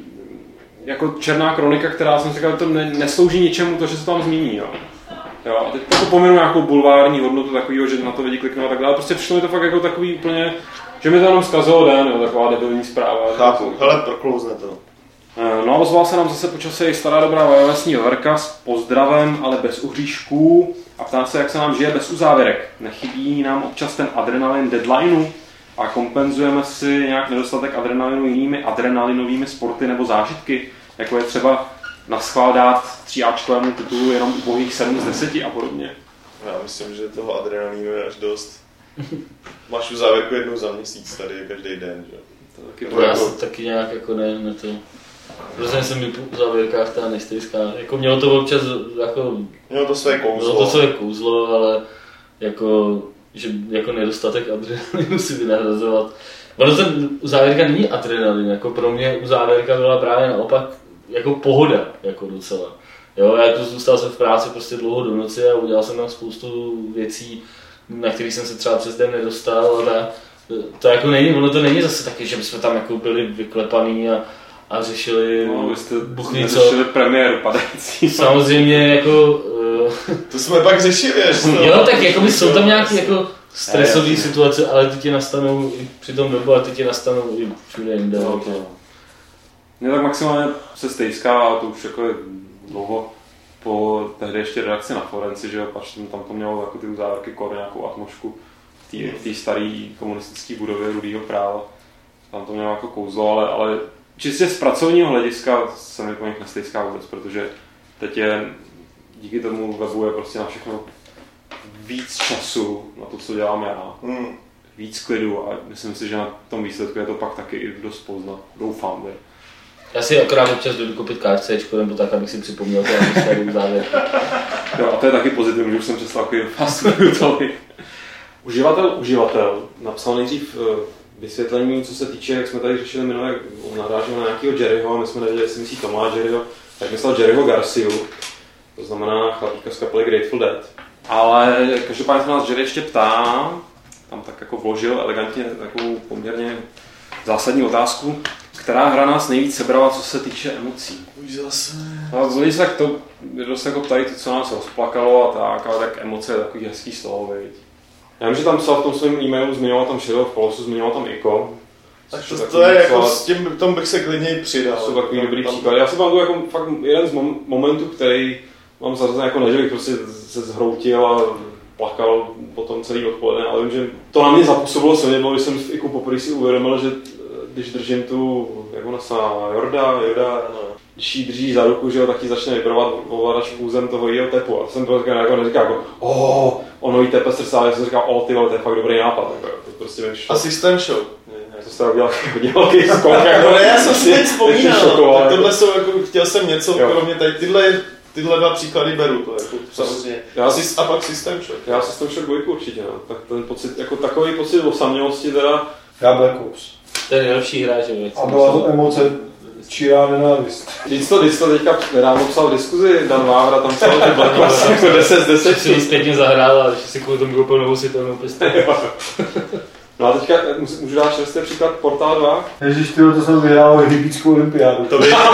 jako černá kronika, která jsem říkal, že to neslouží ničemu to, že se tam zmíní, jo. Jo, a teď jako pominu nějakou bulvární hodnotu takového, že na to lidi kliknou a tak dále, prostě přišlo mi to fakt jako takový úplně, že mi to jenom zkazilo den, jo, taková debilní zpráva. Chápu, hele, proklouzne to. No a ozval se nám zase počasí i stará dobrá lesní Verka s pozdravem, ale bez uhříšků a ptá se, jak se nám žije bez uzávěrek. Nechybí nám občas ten adrenalin deadlineu a kompenzujeme si nějak nedostatek adrenalinu jinými adrenalinovými sporty nebo zážitky, jako je třeba naschvál dát 3Ačkovému titulu jenom ubohých 7 z 10 a podobně. Já myslím, že toho adrenalínu je až dost. Máš už závěrku jednou za měsíc tady každý den, že? Já jsem taky nějak jako ne to. Prostě jsem mi po závěrkách ta nestejská. Jako mělo to občas jako... Mělo to své kouzlo. Mělo to své kouzlo, ale jako, že jako nedostatek adrenalinu si vynahrazovat. Ono ten u závěrka není adrenalin, jako pro mě u závěrka byla právě naopak jako pohoda, jako docela. Jo, já tu zůstal jsem v práci prostě dlouho do noci a udělal jsem tam spoustu věcí, na kterých jsem se třeba přes den nedostal a to jako není, ono to není zase taky, že bychom tam jako byli vyklepaný a řešili buchny, co... řešili premiéru padající. Samozřejmě jako... To jsme pak řešili, ještě. Jo, tak jako jsou tam nějaké jako stresové situace, ale ty ti nastanou i při tom dobu a ty ti nastanou i všude jinde. Mě tak maximálně se stejská, a to už jako je dlouho po tehdy ještě redakci na Florenci, že pač tam to mělo jako ty uzávěrky kor nějakou atmosféru v té staré komunistické budově Rudýho práva. Tam to mělo jako kouzlo, ale čistě z pracovního hlediska se mi po nich nestejská vůbec, protože teď je díky tomu webu je prostě na všechno víc času na to, co dělám já. Víc klidu a myslím si, že na tom výsledku je to pak taky i dost poznat. Doufám, že. Já si akorát občas jdu koupit KFCčko, nebo tak, abych si připomněl to atmosféru závěrku. Jo, a to je taky pozitivní, že už jsem přestal takový fast food. Uživatel napsal nejdřív vysvětlení, co se týče, jak jsme tady řešili minule, narážel na nějakého Jerryho, my jsme nevěděli, jestli myslí Tomáš Jerryho, tak myslel Jerryho Garciu, to znamená chlapíka z kapely Grateful Dead. Ale každopádně se nás Jerry ještě ptá, tam tak jako vložil elegantně takovou poměrně zásadní otázku, která hra nás nejvíc sebrala, co se týče emocí. Už zase. No, z tak to dost jako ptají to, co nás rozplakalo a tak, ale tak emoce je takový hezký slovo, viď. Já vím, že tam psal v tom svém e-mailu, zmiňoval tam Shadow of Colossus, zmiňoval tam Ico. Tak to je jako s tím, tomu bych se klidně přidal. To jsou takový dobrý příklad. Já si pamatuju jako fakt jeden z momentů, který mám zařazen jako ne, že bych prostě se zhroutil a plakal potom celý odpoledne, ale vím, že to na mě zapůsobilo silně, když jsem v Iku poprvé si uvědomil, že když držím tu, jak ona se Joda, když ji drží za ruku, že jo, tak ji začne vybrovat ovladač půzem toho jejího tepu. A jsem prostě jako neříkal jako, ono jí tepe srdce, ale jsem říkal, ty vole, to je fakt dobrý nápad. Jako, to prostě vím, a System Shock. To jste udělal velký skok. Já jsem si teď vzpomínal, tak tohle jsou jako, chtěl jsem něco, kromě tady tyhle dva příklady beru, to jako samozřejmě. A pak System Shock. Já System Shock 2 určitě, no. Tak ten pocit, jako takový pocit osamělosti teda. Já Black Ops. To je nejlepší hra, že věc. A byla to emoce čírá nenávist. Když to teďka nedávno psal v diskuzi, Dan Vávra tam psal, že Black Ops jako 10 z 10. Si zpětně zahrál a že si kvůli tomu koupil novou světelnou pistoli. No a teďka můžu dát čerstvý příklad Portal 2. Ježiš, to jsem vyhrál hypickou olympiádu.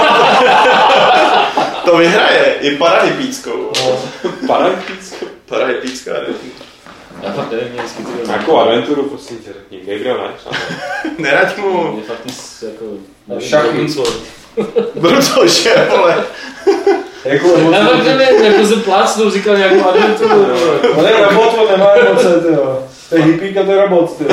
To vyhraje i parahypickou. No. Parahypická. Já fakt nevím, mě vždycky to nějakou adventuru, prosím tě, řekni. Gabriel ne? Nerať mu. Mě fakt nic jako... Šachy. Protože, vole. Já fakt nevím, jako se plácnou, říkal nějakou adventuru. On je robot, on nemá emoce, tyjo. To je hippík a to je robot, tyjo.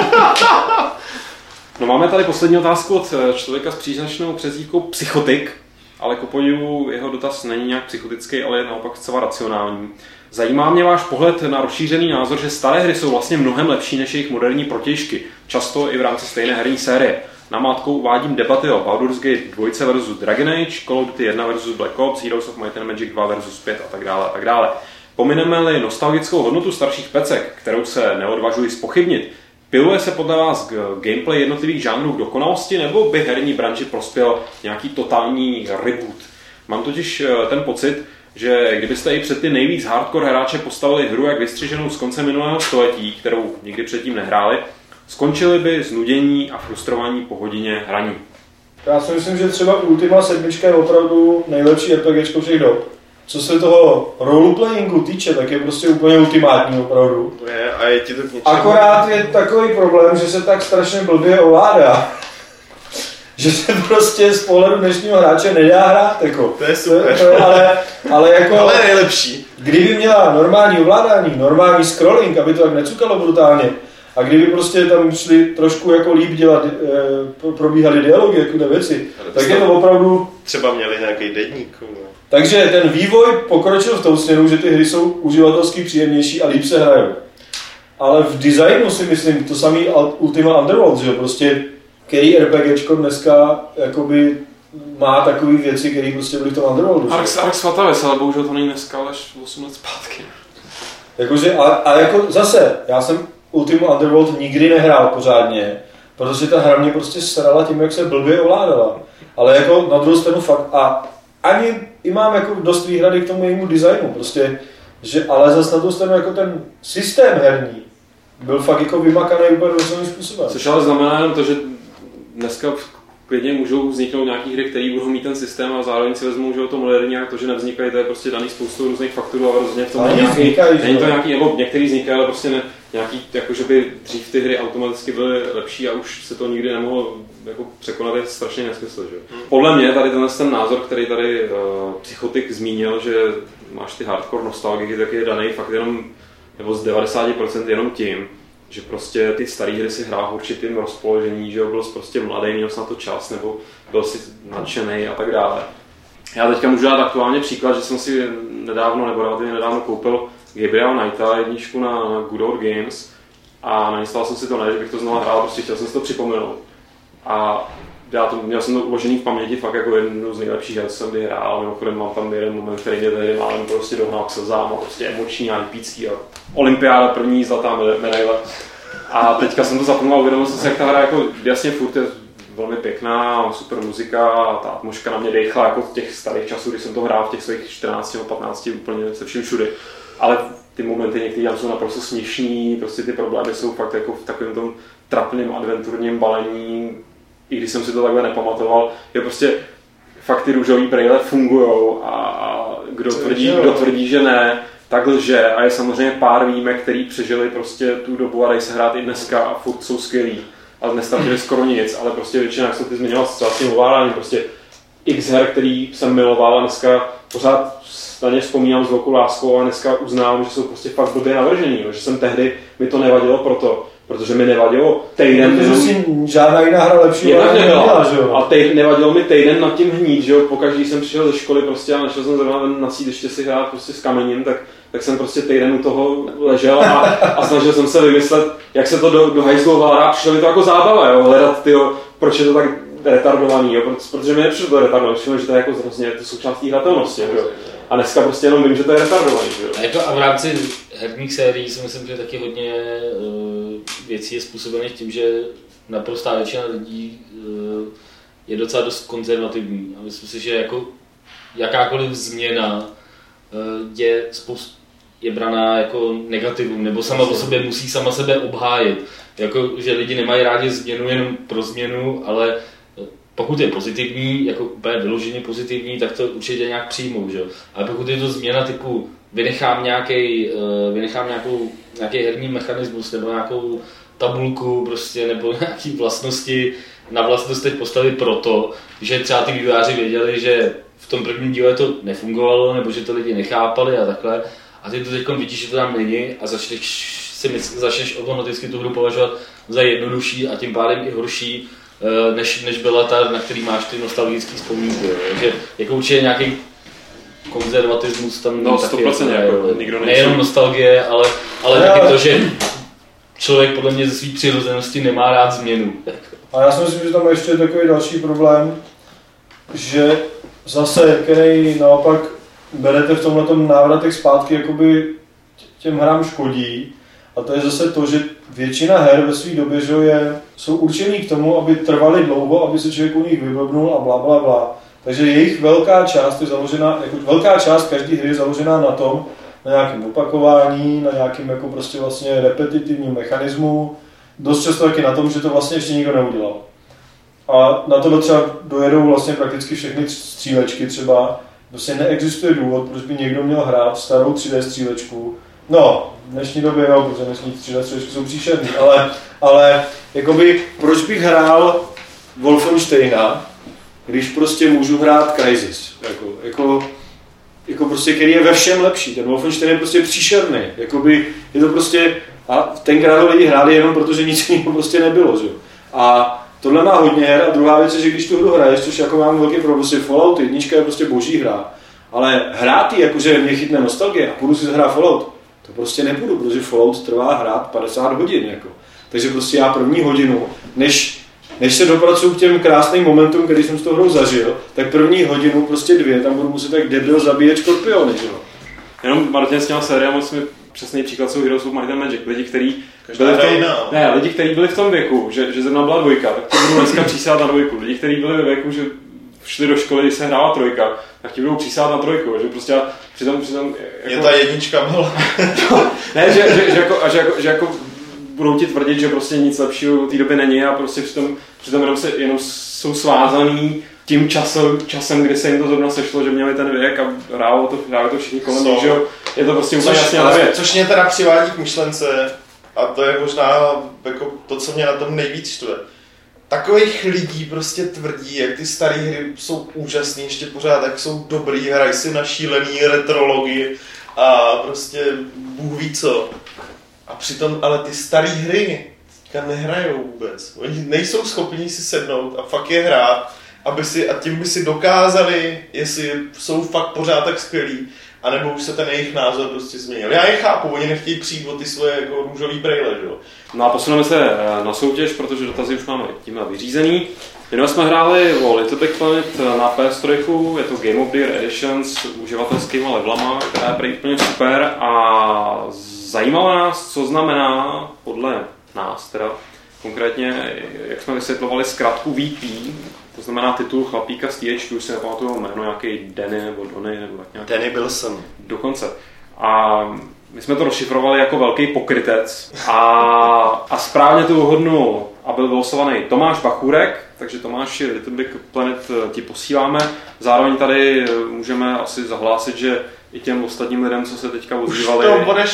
No máme tady poslední otázku od člověka s příznačnou přezdívkou Psychotik, ale ku podivu jeho dotaz není nějak psychotický, ale je naopak zcela racionální. Zajímá mě váš pohled na rozšířený názor, že staré hry jsou vlastně mnohem lepší než jejich moderní protějšky, často i v rámci stejné herní série. Namátkou uvádím debaty o Baldur's Gate 2 versus Dragon Age, Call of Duty 1 versus Black Ops, Heroes of Might and Magic 2 versus 5 a tak dále. Pomineme-li nostalgickou hodnotu starších pecek, kterou se neodvažuji zpochybnit, piluje se podle vás gameplay jednotlivých žánrů k dokonalosti, nebo by herní branži prospěl nějaký totální reboot? Mám totiž ten pocit, že kdybyste i před ty nejvíc hardcore hráče postavili hru jak vystřiženou z konce minulého století, kterou nikdy předtím nehráli, skončili by znudění a frustrovaní po hodině hraní. Já si myslím, že třeba Ultima 7 je opravdu nejlepší RPGčko všech dob. Co se toho roleplayingu týče, tak je prostě úplně ultimátní opravdu. To je, a je ti to k něčemu. Akorát je takový problém, že se tak strašně blbě ovládá. Že se prostě z pohledu dnešního hráče nedá hrát, jako. To je super. Ale jako... Ale nejlepší. Kdyby měla normální ovládání, normální scrolling, aby to tak necukalo brutálně, a kdyby prostě tam šli trošku jako líp dělat, probíhaly dialogy, takové věci, tak je to opravdu... Třeba měli nějaký deník. Takže ten vývoj pokročil v tom směru, že ty hry jsou uživatelsky příjemnější a líp se hrajou. Ale v designu si myslím, to samý Ultima Underworld, že jo, prostě který RPGčko dneska jakoby má takové věci, které prostě byly v tom Underworldu. Arx Fatalis, ale bohužel to není dneska, ale 8 let zpátky. Jakože, a jako zase, já jsem Ultima Underworld nikdy nehrál pořádně, protože ta hra mě prostě srala tím, jak se blbě ovládala. Ale jako na druhou stranu fakt, a ani i mám jako dost výhrady k tomu jejímu designu, prostě, že, ale zase na druhou stranu jako ten systém herní byl fakt jako vymakaný úplně rozhodným způsobem. Což ale znamená jenom to, že dneska klidně můžou vzniknout nějaký hry, které budou mít ten systém a zároveň si vezmou, že to moderní a to, že nevznikají, to je prostě daný spoustu různých faktorů a rozhodně v tom není to nějaký, nebo některý vznikají, ale prostě ne, nějaký, jako že by dřív ty hry automaticky byly lepší a už se to nikdy nemohlo jako překonat, je strašný nesmysl, že? Podle mě tady ten názor, který tady Psychotik zmínil, že máš ty hardcore nostalgiky, tak je daný fakt jenom, nebo z 90% jenom tím, že prostě ty staré hry si hrál v určitým rozpoložení, že byl jsi prostě mladý, měl jsi na to čas, nebo byl si nadšený a tak dále. Já teďka můžu dát aktuálně příklad, že jsem si nedávno, nebo relativně nedávno koupil Gabriel Knighta, jedničku na Good Old Games a nainstaloval jsem si to, ne, že bych to znovu hrál, prostě chtěl jsem si to připomenout. A měl jsem to uložený v paměti fakt jako jednu z nejlepších her, co jsem kdy hrál, mimochodem mám tam jeden moment, který mě tehdy málem prostě dohnal k slzám a prostě emoční a hypícký a olympiáda, první zlatá medaile. A teďka jsem to zapomněl a uvědomil jsem si, jak ta hra jako jasně furt je velmi pěkná, super muzika a ta atmosféra na mě dejchla jako v těch starých časů, když jsem to hrál v těch svých 14 nebo 15 úplně se vším všude. Ale ty momenty některý tam jsou naprosto směšný, prostě ty problémy jsou fakt jako v takovém tom trapném adventurním balení, i když jsem si to takhle nepamatoval, je prostě fakt ty růžový brejle fungujou a kdo tvrdí, že ne, tak lže a je samozřejmě pár výjimek, který přežili prostě tu dobu a dají se hrát i dneska a furt jsou skvělí. Ale nestratili skoro nic, ale prostě většina, jak jsem ty zmiňoval, třeba s tím ovládáním, prostě x her, který jsem miloval a dneska pořád na ně vzpomínám s velkou láskou a dneska uznávám, že jsou prostě fakt blbě navržený, že jsem tehdy, mi to nevadilo protože mi nevadilo týden. Protože žádná jiná hra lepší nebyla, že jo? A nevadilo mi týden nad tím hnít, že jo? Pokaždý jsem přišel ze školy prostě a našel jsem zrovna na sídliště si hrát prostě s kamením, tak jsem prostě týden u toho ležel a snažil jsem se vymyslet, jak se to do hajzlu ovládá a přišlo mi to jako zábava, jo? Hledat, tyjo, proč je to tak retardovaný, jo? Protože mi nepřišlo to retardovaný, přišlo, že to je jako hrozně to součástí hratelnosti, jo? A dneska prostě jenom vím, že to je retardovaný, jo? A v rámci herních sérií si myslím, že taky hodně věcí je způsobených tím, že naprostá většina lidí je docela dost konzervativní. A myslím si, že jako jakákoliv změna je braná jako negativum, nebo sama o sobě musí sama sebe obhájit. Jako, že lidi nemají rádi změnu jenom pro změnu, ale pokud je pozitivní, jako úplně vyloženě pozitivní, tak to určitě nějak přijmou, že? Ale pokud je to změna typu vynechám nějaký herní mechanismus nebo nějakou tabulku prostě, nebo nějaký vlastnosti na vlastnostech postavit proto, že třeba ty vývojáři věděli, že v tom prvním díle to nefungovalo, nebo že to lidi nechápali a takhle. A ty to teď vidíš, že to tam není a začneš automaticky tu hru považovat za jednodušší a tím pádem i horší, než byla ta, na který máš ty nostalgické vzpomínky. Takže jako určitě nějaký konzervatismus tam taky je. Nejenom nostalgie, ale taky to, že člověk podle mě ze své přirozenosti nemá rád změnu. A já si myslím, že tam ještě je takový další problém, že zase, který naopak berete v tomhletom návratech zpátky, jakoby těm hrám škodí. A to je zase to, že většina her ve své době, že jsou určený k tomu, aby trvaly dlouho, aby se člověk u nich vyblbnul a bla. Takže jejich velká část je založená, jako velká část každé hry je založená na tom, na nějakém opakování, na nějakém jako prostě vlastně repetitivním mechanismu. Dost často taky na tom, že to vlastně ještě nikdo neudělal. A na to třeba dojedou vlastně prakticky všechny střílečky třeba. Prostě neexistuje důvod, proč by někdo měl hrát starou 3D střílečku. No, v dnešní době jo, protože dnešní 3D střílečky jsou příšerný, ale jakoby, proč bych hrál Wolfensteina, když prostě můžu hrát Crysis, jako prostě, který je ve všem lepší. Ten Wolfenstein je prostě příšerný, jakoby, je to prostě, a tenkrát lidi hráli jenom protože nic jiného prostě nebylo, že? A tohle má hodně her a druhá věc je, že když tu hru hraješ, což jako mám velký problém, prostě Fallout 1 je prostě boží hra, Ale hrát jakože mě chytne nostalgie a půjdu si zahrát Fallout, to prostě nepůjdu, protože Fallout trvá hrát 50 hodin. Jako. Takže prostě já první hodinu, než se dopracuju k těm krásným momentům, který jsem s tou hrou zažil, tak první hodinu, prostě 2, tam budu muset tak debil zabíjet škorpiony, že jo. Jenom Martin s těma sériama jsme přesný příklad jsou Heroes of Might and Magic. Lidi, kteří byli v tom věku, že zrovna byla 2, tak ti budou dneska přísát na 2. Lidi, kteří byli ve věku, že šli do školy, když se hrála 3, tak ti budou přísát na 3, že prostě přitom jako... ta 1 byla. Ne, že jako budou ti tvrdit, že prostě nic lepšího v té době není a prostě přitom jenom jsou svázaný tím časem, kdy se jim to zrovna sešlo, že měli ten věk a hráli to všichni kolem nich, že jo. Je to prostě úplně jasně na věc. Což mě teda přivádí k myšlence, a to je možná jako to, co mě na tom nejvíc štve. Takových lidí prostě tvrdí, jak ty staré hry jsou úžasné, ještě pořád, jak jsou dobrý, hrají si na šílený retrologii a prostě Bůh ví co. A přitom ale ty staré hry teďka nehrajou vůbec. Oni nejsou schopni si sednout a fakt je hrát, a tím by si dokázali, jestli jsou fakt pořád tak skvělí, anebo už se ten jejich názor prostě změnil. Já je chápu, oni nechtějí přijít o ty svoje jako růžový brejle, že jo. No a posuneme se na soutěž, protože dotazy už máme tímhle vyřízený. Jenom jsme hráli o Little Big Planet na PS3, je to Game of the Year Edition s uživatelskými levelama, která je prý úplně super a zajímalo nás, co znamená podle nás teda konkrétně, jak jsme vysvětlovali zkratku VP, to znamená titul chlapíka z THQ, už si nepamatuju jméno, nějaký Danny nebo Donny nebo tak nějak. Danny Wilson. Dokonce. A my jsme to rozšifrovali jako velký pokrytec a správně to uhodnul a byl vylosovaný Tomáš Bachůrek, takže Tomáši Little Big Planet ti posíláme. Zároveň tady můžeme asi zahlásit, že i těm ostatním lidem, co se teďka ozývali,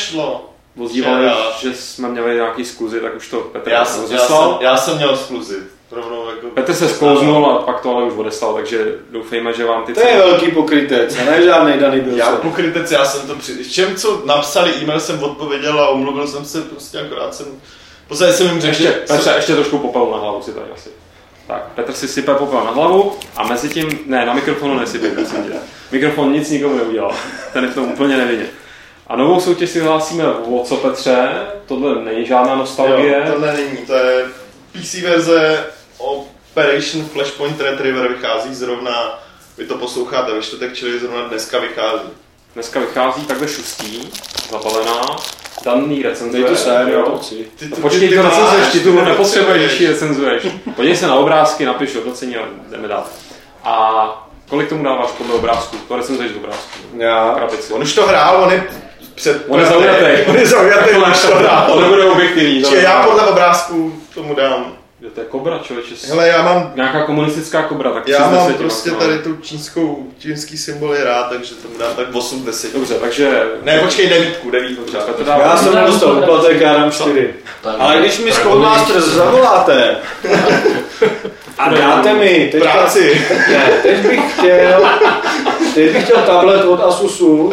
že jsme měli nějaký skluzy, tak už to Petr rozeslal. Já jsem měl skluzy. Jako... Petr se sklouznul a pak to ale už odeslal, takže doufejme, že vám ty... To je velký pokrytec, a ne žádnej Danny byl. Já pokrytec, já jsem to Všem, co napsali e-mail, jsem odpověděl a omluvil jsem se, prostě akorát jsem... Posledy jsem jim řekl, ještě trošku popelu na hlavu si tady asi. Tak, Petr si sype popel na hlavu a mezi tím... Ne, na mikrofonu nesypej, prosím tě. Mikrofon nic nikomu neudělal, ten je v tom úplně nevinně. A novou soutěž si vyhlásíme o co, Petře? Tohle není žádná nostalgie. Jo, tohle není, to je PC verze Operation Flashpoint Retriever, vychází zrovna, vy to posloucháte ve čtvrtek, čili zrovna dneska vychází. Dneska vychází takhle šustý, zabalená, daný recenzuje. Dej to sem, jo. Počkej, to recenzuješ, ty tu nepotřebuješ, když ji recenzuješ. Podívej se na obrázky, napiš hodnocení a jdeme dát. A kolik tomu dáváš podle obrázku? To recenzuješ z obrázku. Já. On už to hrál, on je zaujatý, máš to hrál. On nebude objektivní. Já podle obrázku tomu dám. To je kobra, člověče. Hele, já mám... Nějaká komunistická kobra, tak já mám prostě tady tu čínský symboly rád, takže tomu dám tak 8-10. Dobře, takže... Ne, počkej, 9. Dobře, já jsem nedostal uplatek, já dám 4. Ale když mi Scoutmaster zavoláte a dáte mi teďka... práci. Ne, teď bych chtěl tablet od Asusu.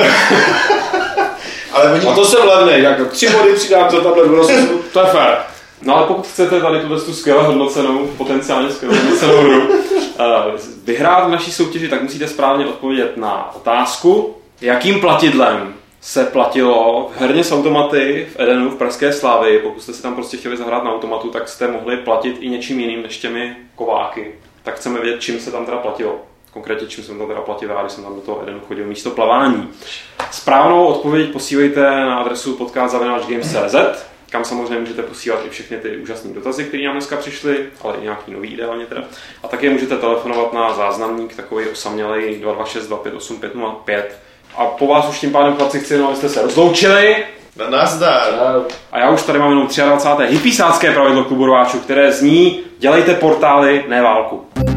Ale oni... A to jsem levnej, jako 3 body přidám za tablet od Asusu. To je fér. No ale pokud chcete tady tu skvěle hodnocenou, potenciálně skvěle hodnocenou hru vyhrát v naší soutěži, tak musíte správně odpovědět na otázku, jakým platidlem se platilo v herně s automaty v Edenu v Pražské Slavii. Pokud jste si tam prostě chtěli zahrát na automatu, tak jste mohli platit i něčím jiným než těmi kováky. Tak chceme vědět, čím se tam teda platilo. Konkrétně čím jsem tam teda platil, když jsem tam do toho Edenu chodil místo plavání. Správnou odpověď posílejte na adresu podcast@games.cz, kam samozřejmě můžete posílat i všechny ty úžasné dotazy, které nám dneska přišly, ale i nějaký nový ideálně teda. A také můžete telefonovat na záznamník, takový osamělej 226 258 505. A po vás už tím pádem chlapci chci jenom, abyste se rozloučili. Nazdar. A já už tady mám jenom 23. hypisácké pravidlo klubu rváčů, které zní: dělejte portály, ne válku.